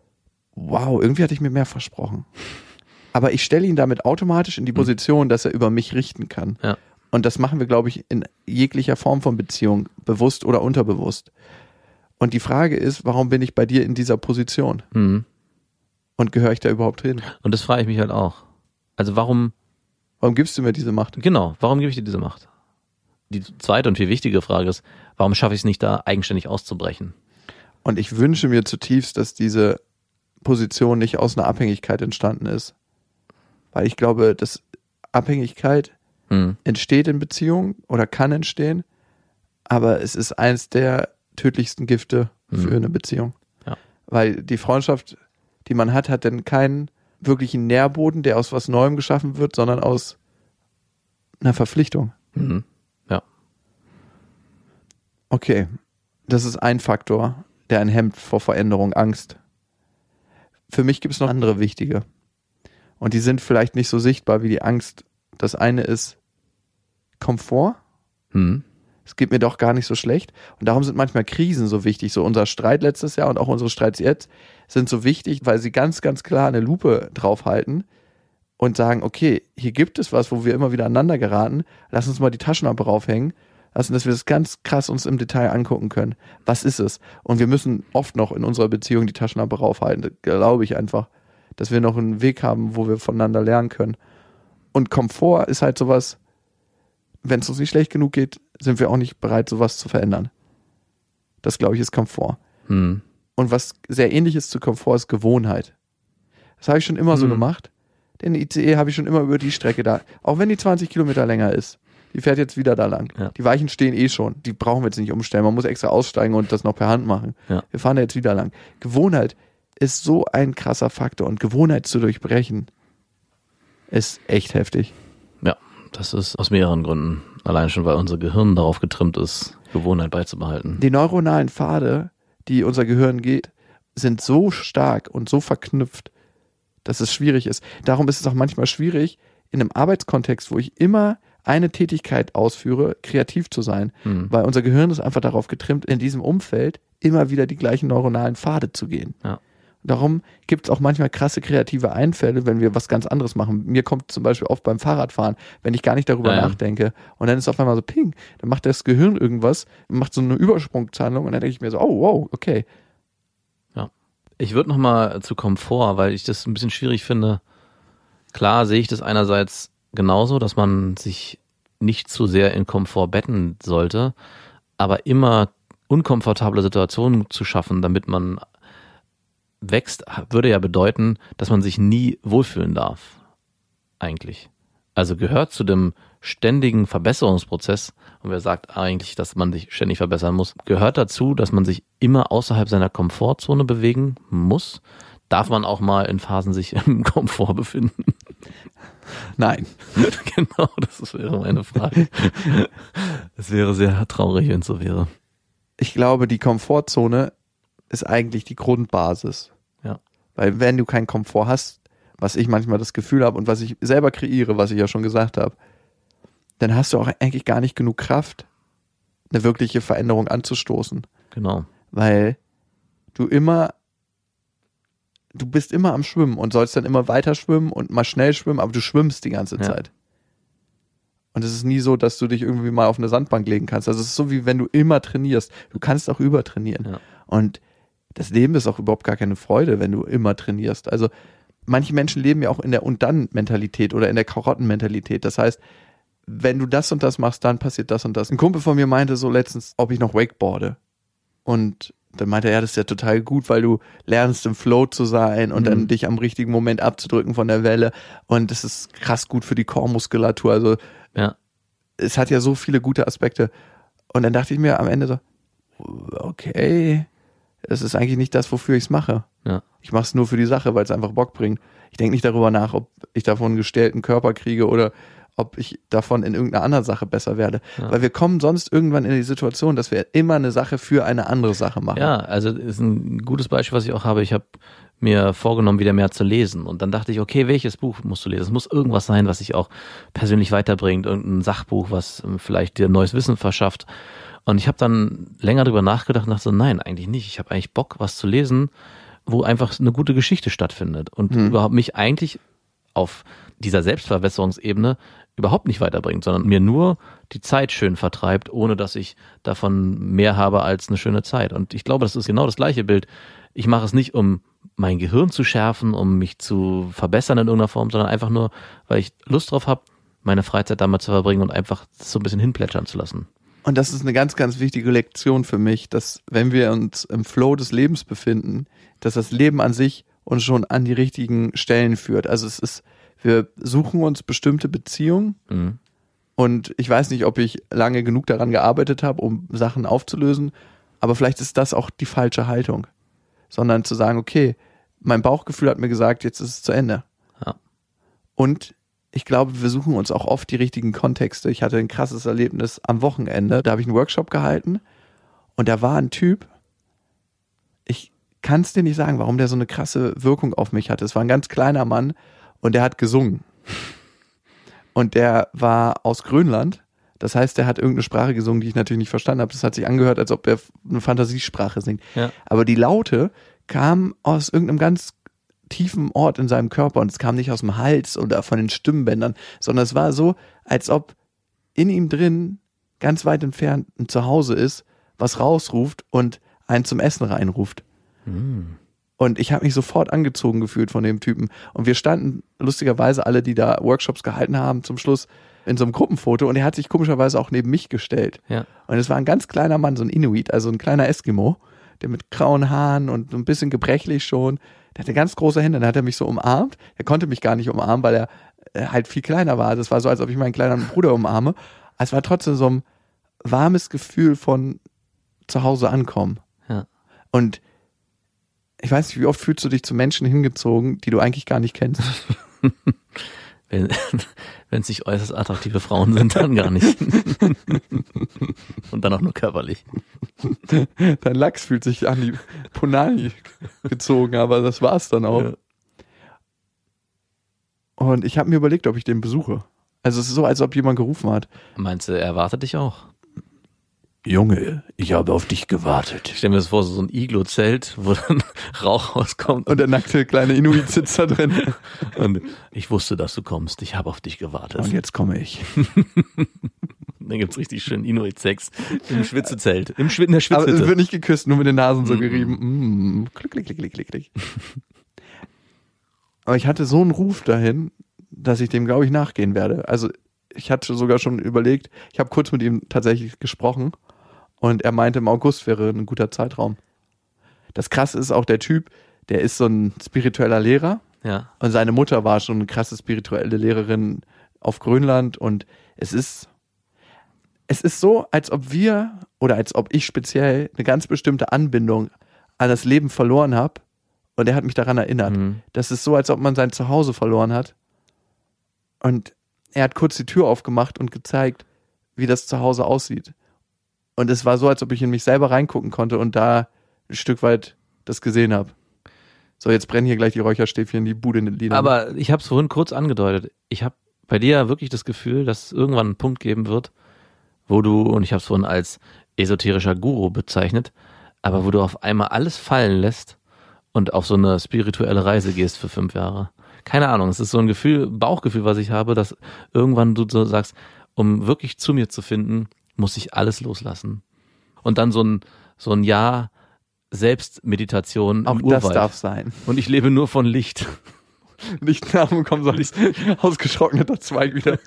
wow, irgendwie hatte ich mir mehr versprochen. Aber ich stelle ihn damit automatisch in die Position, dass er über mich richten kann.
Ja.
Und das machen wir, glaube ich, in jeglicher Form von Beziehung, bewusst oder unterbewusst. Und die Frage ist, warum bin ich bei dir in dieser Position?
Mhm.
Und gehöre ich da überhaupt hin?
Und das frage ich mich halt auch. Also warum,
Warum gibst du mir diese Macht?
genau, warum gebe ich dir diese Macht? Die zweite und viel wichtige Frage ist, warum schaffe ich es nicht, da eigenständig auszubrechen?
Und ich wünsche mir zutiefst, dass diese Position nicht aus einer Abhängigkeit entstanden ist. Weil ich glaube, dass Abhängigkeit
Mhm.
entsteht in Beziehungen oder kann entstehen, aber es ist eins der tödlichsten Gifte für
Mhm.
eine Beziehung.
Ja.
Weil die Freundschaft, die man hat, hat dann keinen wirklichen Nährboden, der aus was Neuem geschaffen wird, sondern aus einer Verpflichtung.
Mhm. Ja.
Okay, das ist ein Faktor, der einen hemmt vor Veränderung, Angst. Für mich gibt es noch andere wichtige. Und die sind vielleicht nicht so sichtbar wie die Angst. Das eine ist Komfort.
Mhm.
Es geht mir doch gar nicht so schlecht. Und darum sind manchmal Krisen so wichtig. So unser Streit letztes Jahr und auch unsere Streits jetzt sind so wichtig, weil sie ganz, ganz klar eine Lupe draufhalten und sagen, okay, hier gibt es was, wo wir immer wieder aneinander geraten. Lass uns mal die Taschenlampe raufhängen, Also, dass wir das ganz krass uns im Detail angucken können. Was ist es? Und wir müssen oft noch in unserer Beziehung die Taschenlampe raufhalten. Glaube ich einfach. Dass wir noch einen Weg haben, wo wir voneinander lernen können. Und Komfort ist halt sowas, wenn es uns nicht schlecht genug geht, sind wir auch nicht bereit, sowas zu verändern. Das, glaube ich, ist Komfort.
Hm.
Und was sehr ähnlich ist zu Komfort, ist Gewohnheit. Das habe ich schon immer hm. so gemacht. Den I C E habe ich schon immer über die Strecke da. Auch wenn die zwanzig Kilometer länger ist. Die fährt jetzt wieder da lang.
Ja.
Die Weichen stehen eh schon. Die brauchen wir jetzt nicht umstellen. Man muss extra aussteigen und das noch per Hand machen.
Ja.
Wir fahren da jetzt wieder lang. Gewohnheit ist so ein krasser Faktor. Und Gewohnheit zu durchbrechen ist echt heftig.
Ja, das ist aus mehreren Gründen. Allein schon, weil unser Gehirn darauf getrimmt ist, Gewohnheit beizubehalten.
Die neuronalen Pfade, die unser Gehirn geht, sind so stark und so verknüpft, dass es schwierig ist. Darum ist es auch manchmal schwierig, in einem Arbeitskontext, wo ich immer eine Tätigkeit ausführe, kreativ zu sein.
Hm.
Weil unser Gehirn ist einfach darauf getrimmt, in diesem Umfeld immer wieder die gleichen neuronalen Pfade zu gehen.
Ja.
Darum gibt es auch manchmal krasse kreative Einfälle, wenn wir was ganz anderes machen. Mir kommt zum Beispiel oft beim Fahrradfahren, wenn ich gar nicht darüber
ja,
nachdenke. Und dann ist auf einmal so ping, dann macht das Gehirn irgendwas, macht so eine Übersprungshandlung und dann denke ich mir so, oh wow, okay.
Ja. Ich würde nochmal zu Komfort, weil ich das ein bisschen schwierig finde. Klar sehe ich das einerseits genauso, dass man sich nicht zu sehr in Komfort betten sollte, aber immer unkomfortable Situationen zu schaffen, damit man wächst, würde ja bedeuten, dass man sich nie wohlfühlen darf. Eigentlich. Also gehört zu dem ständigen Verbesserungsprozess, und wer sagt eigentlich, dass man sich ständig verbessern muss, gehört dazu, dass man sich immer außerhalb seiner Komfortzone bewegen muss. Darf man auch mal in Phasen sich im Komfort befinden?
Nein.
Genau, das wäre meine Frage. Es wäre sehr traurig, wenn es so wäre.
Ich glaube, die Komfortzone ist eigentlich die Grundbasis.
Ja.
Weil wenn du keinen Komfort hast, was ich manchmal das Gefühl habe und was ich selber kreiere, was ich ja schon gesagt habe, dann hast du auch eigentlich gar nicht genug Kraft, eine wirkliche Veränderung anzustoßen.
Genau.
Weil du immer, du bist immer am Schwimmen und sollst dann immer weiter schwimmen und mal schnell schwimmen, aber du schwimmst die ganze
Ja.
Zeit. Und es ist nie so, dass du dich irgendwie mal auf eine Sandbank legen kannst. Also es ist so, wie wenn du immer trainierst. Du kannst auch übertrainieren.
Ja.
Und das Leben ist auch überhaupt gar keine Freude, wenn du immer trainierst. Also manche Menschen leben ja auch in der Und-Dann-Mentalität oder in der Karotten-Mentalität. Das heißt, wenn du das und das machst, dann passiert das und das. Ein Kumpel von mir meinte so letztens, ob ich noch wakeboarde. Und dann meinte er, ja, das ist ja total gut, weil du lernst im Flow zu sein und
Mhm.
dann dich am richtigen Moment abzudrücken von der Welle. Und das ist krass gut für die Core-Muskulatur. Also
Ja.
es hat ja so viele gute Aspekte. Und dann dachte ich mir am Ende so, okay, das ist eigentlich nicht das, wofür ich es mache.
Ja.
Ich mache es nur für die Sache, weil es einfach Bock bringt. Ich denke nicht darüber nach, ob ich davon einen gestählten Körper kriege oder ob ich davon in irgendeiner anderen Sache besser werde.
Ja.
Weil wir kommen sonst irgendwann in die Situation, dass wir immer eine Sache für eine andere Sache machen.
Ja, also ist ein gutes Beispiel, was ich auch habe. Ich habe mir vorgenommen, wieder mehr zu lesen. Und dann dachte ich, okay, welches Buch musst du lesen? Es muss irgendwas sein, was dich auch persönlich weiterbringt. Irgendein Sachbuch, was vielleicht dir neues Wissen verschafft. Und ich habe dann länger drüber nachgedacht und dachte so, nein, eigentlich nicht. Ich habe eigentlich Bock, was zu lesen, wo einfach eine gute Geschichte stattfindet. Und
Hm.
überhaupt mich eigentlich auf dieser Selbstverbesserungsebene überhaupt nicht weiterbringt, sondern mir nur die Zeit schön vertreibt, ohne dass ich davon mehr habe als eine schöne Zeit. Und ich glaube, das ist genau das gleiche Bild. Ich mache es nicht, um mein Gehirn zu schärfen, um mich zu verbessern in irgendeiner Form, sondern einfach nur, weil ich Lust drauf habe, meine Freizeit damit zu verbringen und einfach so ein bisschen hinplätschern zu lassen.
Und das ist eine ganz, ganz wichtige Lektion für mich, dass wenn wir uns im Flow des Lebens befinden, dass das Leben an sich uns schon an die richtigen Stellen führt. Also es ist, wir suchen uns bestimmte Beziehungen
Mhm.
und ich weiß nicht, ob ich lange genug daran gearbeitet habe, um Sachen aufzulösen, aber vielleicht ist das auch die falsche Haltung, sondern zu sagen, okay, mein Bauchgefühl hat mir gesagt, jetzt ist es zu Ende.
Ja.
Und ich glaube, wir suchen uns auch oft die richtigen Kontexte. Ich hatte ein krasses Erlebnis am Wochenende. Da habe ich einen Workshop gehalten und da war ein Typ, ich kann es dir nicht sagen, warum der so eine krasse Wirkung auf mich hatte. Es war ein ganz kleiner Mann und der hat gesungen. Und der war aus Grönland. Das heißt, der hat irgendeine Sprache gesungen, die ich natürlich nicht verstanden habe. Das hat sich angehört, als ob er eine Fantasiesprache singt.
Ja.
Aber die Laute kamen aus irgendeinem ganz tiefen Ort in seinem Körper und es kam nicht aus dem Hals oder von den Stimmbändern, sondern es war so, als ob in ihm drin ganz weit entfernt ein Zuhause ist, was rausruft und einen zum Essen reinruft.
Hm.
Und ich habe mich sofort angezogen gefühlt von dem Typen. Und wir standen lustigerweise alle, die da Workshops gehalten haben, zum Schluss in so einem Gruppenfoto. Und er hat sich komischerweise auch neben mich gestellt.
Ja.
Und es war ein ganz kleiner Mann, so ein Inuit, also ein kleiner Eskimo, der mit grauen Haaren und ein bisschen gebrechlich schon. Der hatte ganz große Hände. Dann hat er mich so umarmt. Er konnte mich gar nicht umarmen, weil er halt viel kleiner war. Das war so, als ob ich meinen kleinen Bruder umarme. Aber es war trotzdem so ein warmes Gefühl von zu Hause ankommen.
Ja.
Und ich weiß nicht, wie oft fühlst du dich zu Menschen hingezogen, die du eigentlich gar nicht kennst?
Wenn wenn es nicht äußerst attraktive Frauen sind, dann gar nicht. Und dann auch nur körperlich.
Dein Lachs fühlt sich an die Punani gezogen, aber das war's dann auch.
Ja.
Und ich habe mir überlegt, ob ich den besuche. Also es ist so, als ob jemand gerufen hat.
Meinst du, er erwartet dich auch?
Junge, ich habe auf dich gewartet.
Ich stelle mir das vor, so ein Iglo-Zelt, wo dann Rauch rauskommt.
Und der nackte kleine Inuit sitzt da drin.
Und ich wusste, dass du kommst. Ich habe auf dich gewartet.
Und jetzt komme ich.
Dann gibt's richtig schön Inuit-Sex im Schwitzezelt. Im Schw- in der
Aber es
Schwitzhütte.
wird nicht geküsst, nur mit den Nasen so
Mhm.
gerieben. Mm. Klick, klick, klick, klick, klick, klick. Aber ich hatte so einen Ruf dahin, dass ich dem, glaube ich, nachgehen werde. Also ich hatte sogar schon überlegt, ich habe kurz mit ihm tatsächlich gesprochen und er meinte, im August wäre ein guter Zeitraum. Das Krasse ist auch, der Typ, der ist so ein spiritueller Lehrer
Ja.
und seine Mutter war schon eine krasse spirituelle Lehrerin auf Grönland und es ist es ist so, als ob wir oder als ob ich speziell eine ganz bestimmte Anbindung an das Leben verloren habe und er hat mich daran erinnert.
Mhm.
Das ist so, als ob man sein Zuhause verloren hat und er hat kurz die Tür aufgemacht und gezeigt, wie das Zuhause aussieht. Und es war so, als ob ich in mich selber reingucken konnte und da ein Stück weit das gesehen habe. So, jetzt brennen hier gleich die Räucherstäbchen in die Bude in den Lidern.
Aber ich habe es vorhin kurz angedeutet. Ich habe bei dir wirklich das Gefühl, dass es irgendwann einen Punkt geben wird, wo du, und ich habe es vorhin als esoterischer Guru bezeichnet, aber wo du auf einmal alles fallen lässt und auf so eine spirituelle Reise gehst für fünf Jahre. Keine Ahnung, es ist so ein Gefühl, Bauchgefühl, was ich habe, dass irgendwann du so sagst, um wirklich zu mir zu finden, muss ich alles loslassen. Und dann so ein, so ein Jahr Selbstmeditation
auch
im
das
Urwald.
darf sein.
Und ich lebe nur von Licht.
Lichtnahrung kommen soll ich ausgetrockneter Zweig wieder.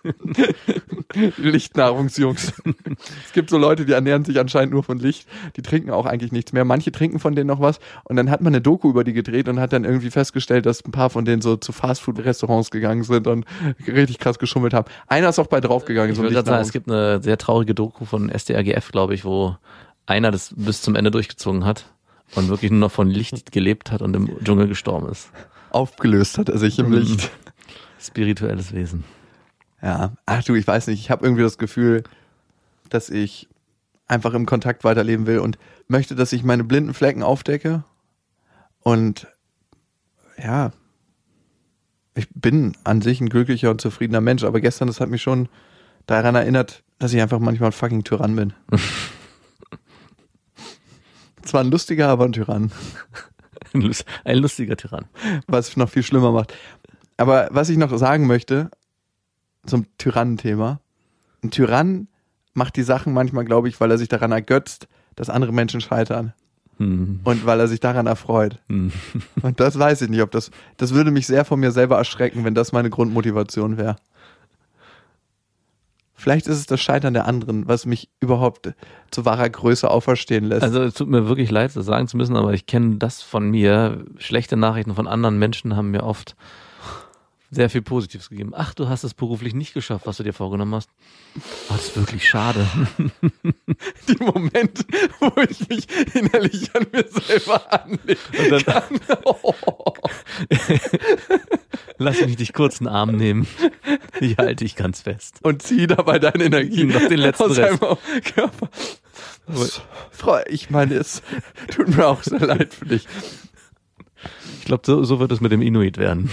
Lichtnahrungsjungs. Es gibt so Leute, die ernähren sich anscheinend nur von Licht. Die trinken auch eigentlich nichts mehr. Manche trinken von denen noch was. Und dann hat man eine Doku über die gedreht und hat dann irgendwie festgestellt, dass ein paar von denen so zu Fastfood-Restaurants gegangen sind und richtig krass geschummelt haben. Einer ist auch bei draufgegangen.
Ich
So ein
würde gerade sagen,
Lichtnahrungs-
es gibt eine sehr traurige Doku von S D R G F, glaube ich, wo einer das bis zum Ende durchgezogen hat und wirklich nur noch von Licht gelebt hat und im Dschungel gestorben ist.
Aufgelöst hat er sich im
Mhm.
Licht.
Spirituelles Wesen.
Ja, ach du, ich weiß nicht, ich habe irgendwie das Gefühl, dass ich einfach im Kontakt weiterleben will und möchte, dass ich meine blinden Flecken aufdecke und ja, ich bin an sich ein glücklicher und zufriedener Mensch, aber gestern, das hat mich schon daran erinnert, dass ich einfach manchmal ein fucking Tyrann bin. Zwar ein lustiger, aber ein Tyrann.
Ein lustiger Tyrann.
Was noch viel schlimmer macht. Aber was ich noch sagen möchte zum Tyrannenthema, ein Tyrann macht die Sachen manchmal, glaube ich, weil er sich daran ergötzt, dass andere Menschen scheitern.
Hm.
Und weil er sich daran erfreut.
Hm.
Und das weiß ich nicht, ob das, das würde mich sehr von mir selber erschrecken, wenn das meine Grundmotivation wäre. Vielleicht ist es das Scheitern der anderen, was mich überhaupt zu wahrer Größe auferstehen lässt.
Also es tut mir wirklich leid, das sagen zu müssen, aber ich kenne das von mir. Schlechte Nachrichten von anderen Menschen haben mir oft sehr viel Positives gegeben. Ach, du hast es beruflich nicht geschafft, was du dir vorgenommen hast. Oh, das ist wirklich schade.
Die Momente, wo ich mich innerlich an mir selber anlege.
Und dann,
Oh.
lass mich dich kurz in den Arm nehmen. Ich halte dich ganz fest.
Und zieh dabei deine Energie
Noch den letzten
aus
Rest.
deinem Körper. Frau, ich meine, es tut mir auch sehr leid für dich.
Ich glaube, so, so wird es mit dem Inuit werden.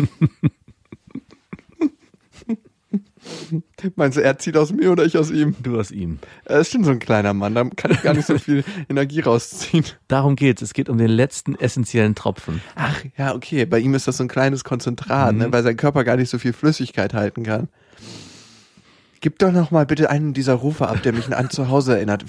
Meinst du, er zieht aus mir oder ich aus ihm?
Du aus ihm.
Er ist schon so ein kleiner Mann, da kann ich gar nicht so viel Energie rausziehen.
Darum geht's. Es geht um den letzten essentiellen Tropfen.
Ach, ja, okay. Bei ihm ist das so ein kleines Konzentrat,
Mhm.
ne, weil sein Körper gar nicht so viel Flüssigkeit halten kann. Gib doch noch mal bitte einen dieser Rufe ab, der mich an zu Hause erinnert.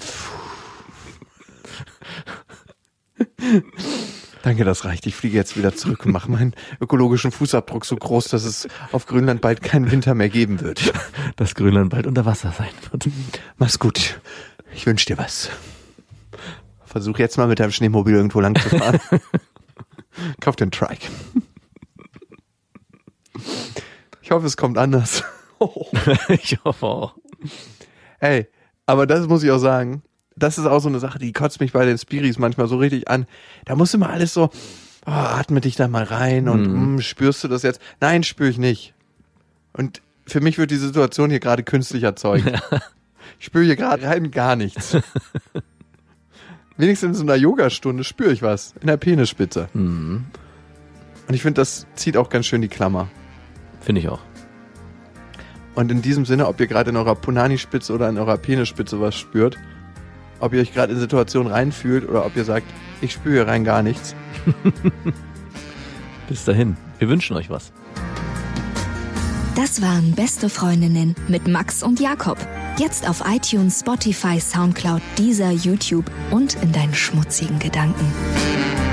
Danke, das reicht. Ich fliege jetzt wieder zurück und mache meinen ökologischen Fußabdruck so groß, dass es auf Grönland bald keinen Winter mehr geben wird.
Dass Grönland bald unter Wasser sein wird.
Mach's gut. Ich wünsche dir was. Versuch jetzt mal mit deinem Schneemobil irgendwo lang zu fahren. Kauf den Trike. Ich hoffe, es kommt anders.
Ich hoffe auch.
Ey, aber das muss ich auch sagen, das ist auch so eine Sache, die kotzt mich bei den Spiris manchmal so richtig an. Da muss immer alles so, oh, atme dich da mal rein und
Mhm.
mh, spürst du das jetzt? Nein, spüre ich nicht. Und für mich wird die Situation hier gerade künstlich erzeugt. Ich spüre hier gerade rein gar nichts. Wenigstens in einer Yogastunde spüre ich was. In der Penisspitze.
Mhm.
Und ich finde, das zieht auch ganz schön die Klammer.
Finde ich auch.
Und in diesem Sinne, ob ihr gerade in eurer Punani-Spitze oder in eurer Penisspitze was spürt, ob ihr euch gerade in Situationen reinfühlt oder ob ihr sagt, ich spüre hier rein gar nichts.
Bis dahin. Wir wünschen euch was.
Das waren Beste Freundinnen mit Max und Jakob. Jetzt auf iTunes, Spotify, Soundcloud, Deezer, YouTube und in deinen schmutzigen Gedanken.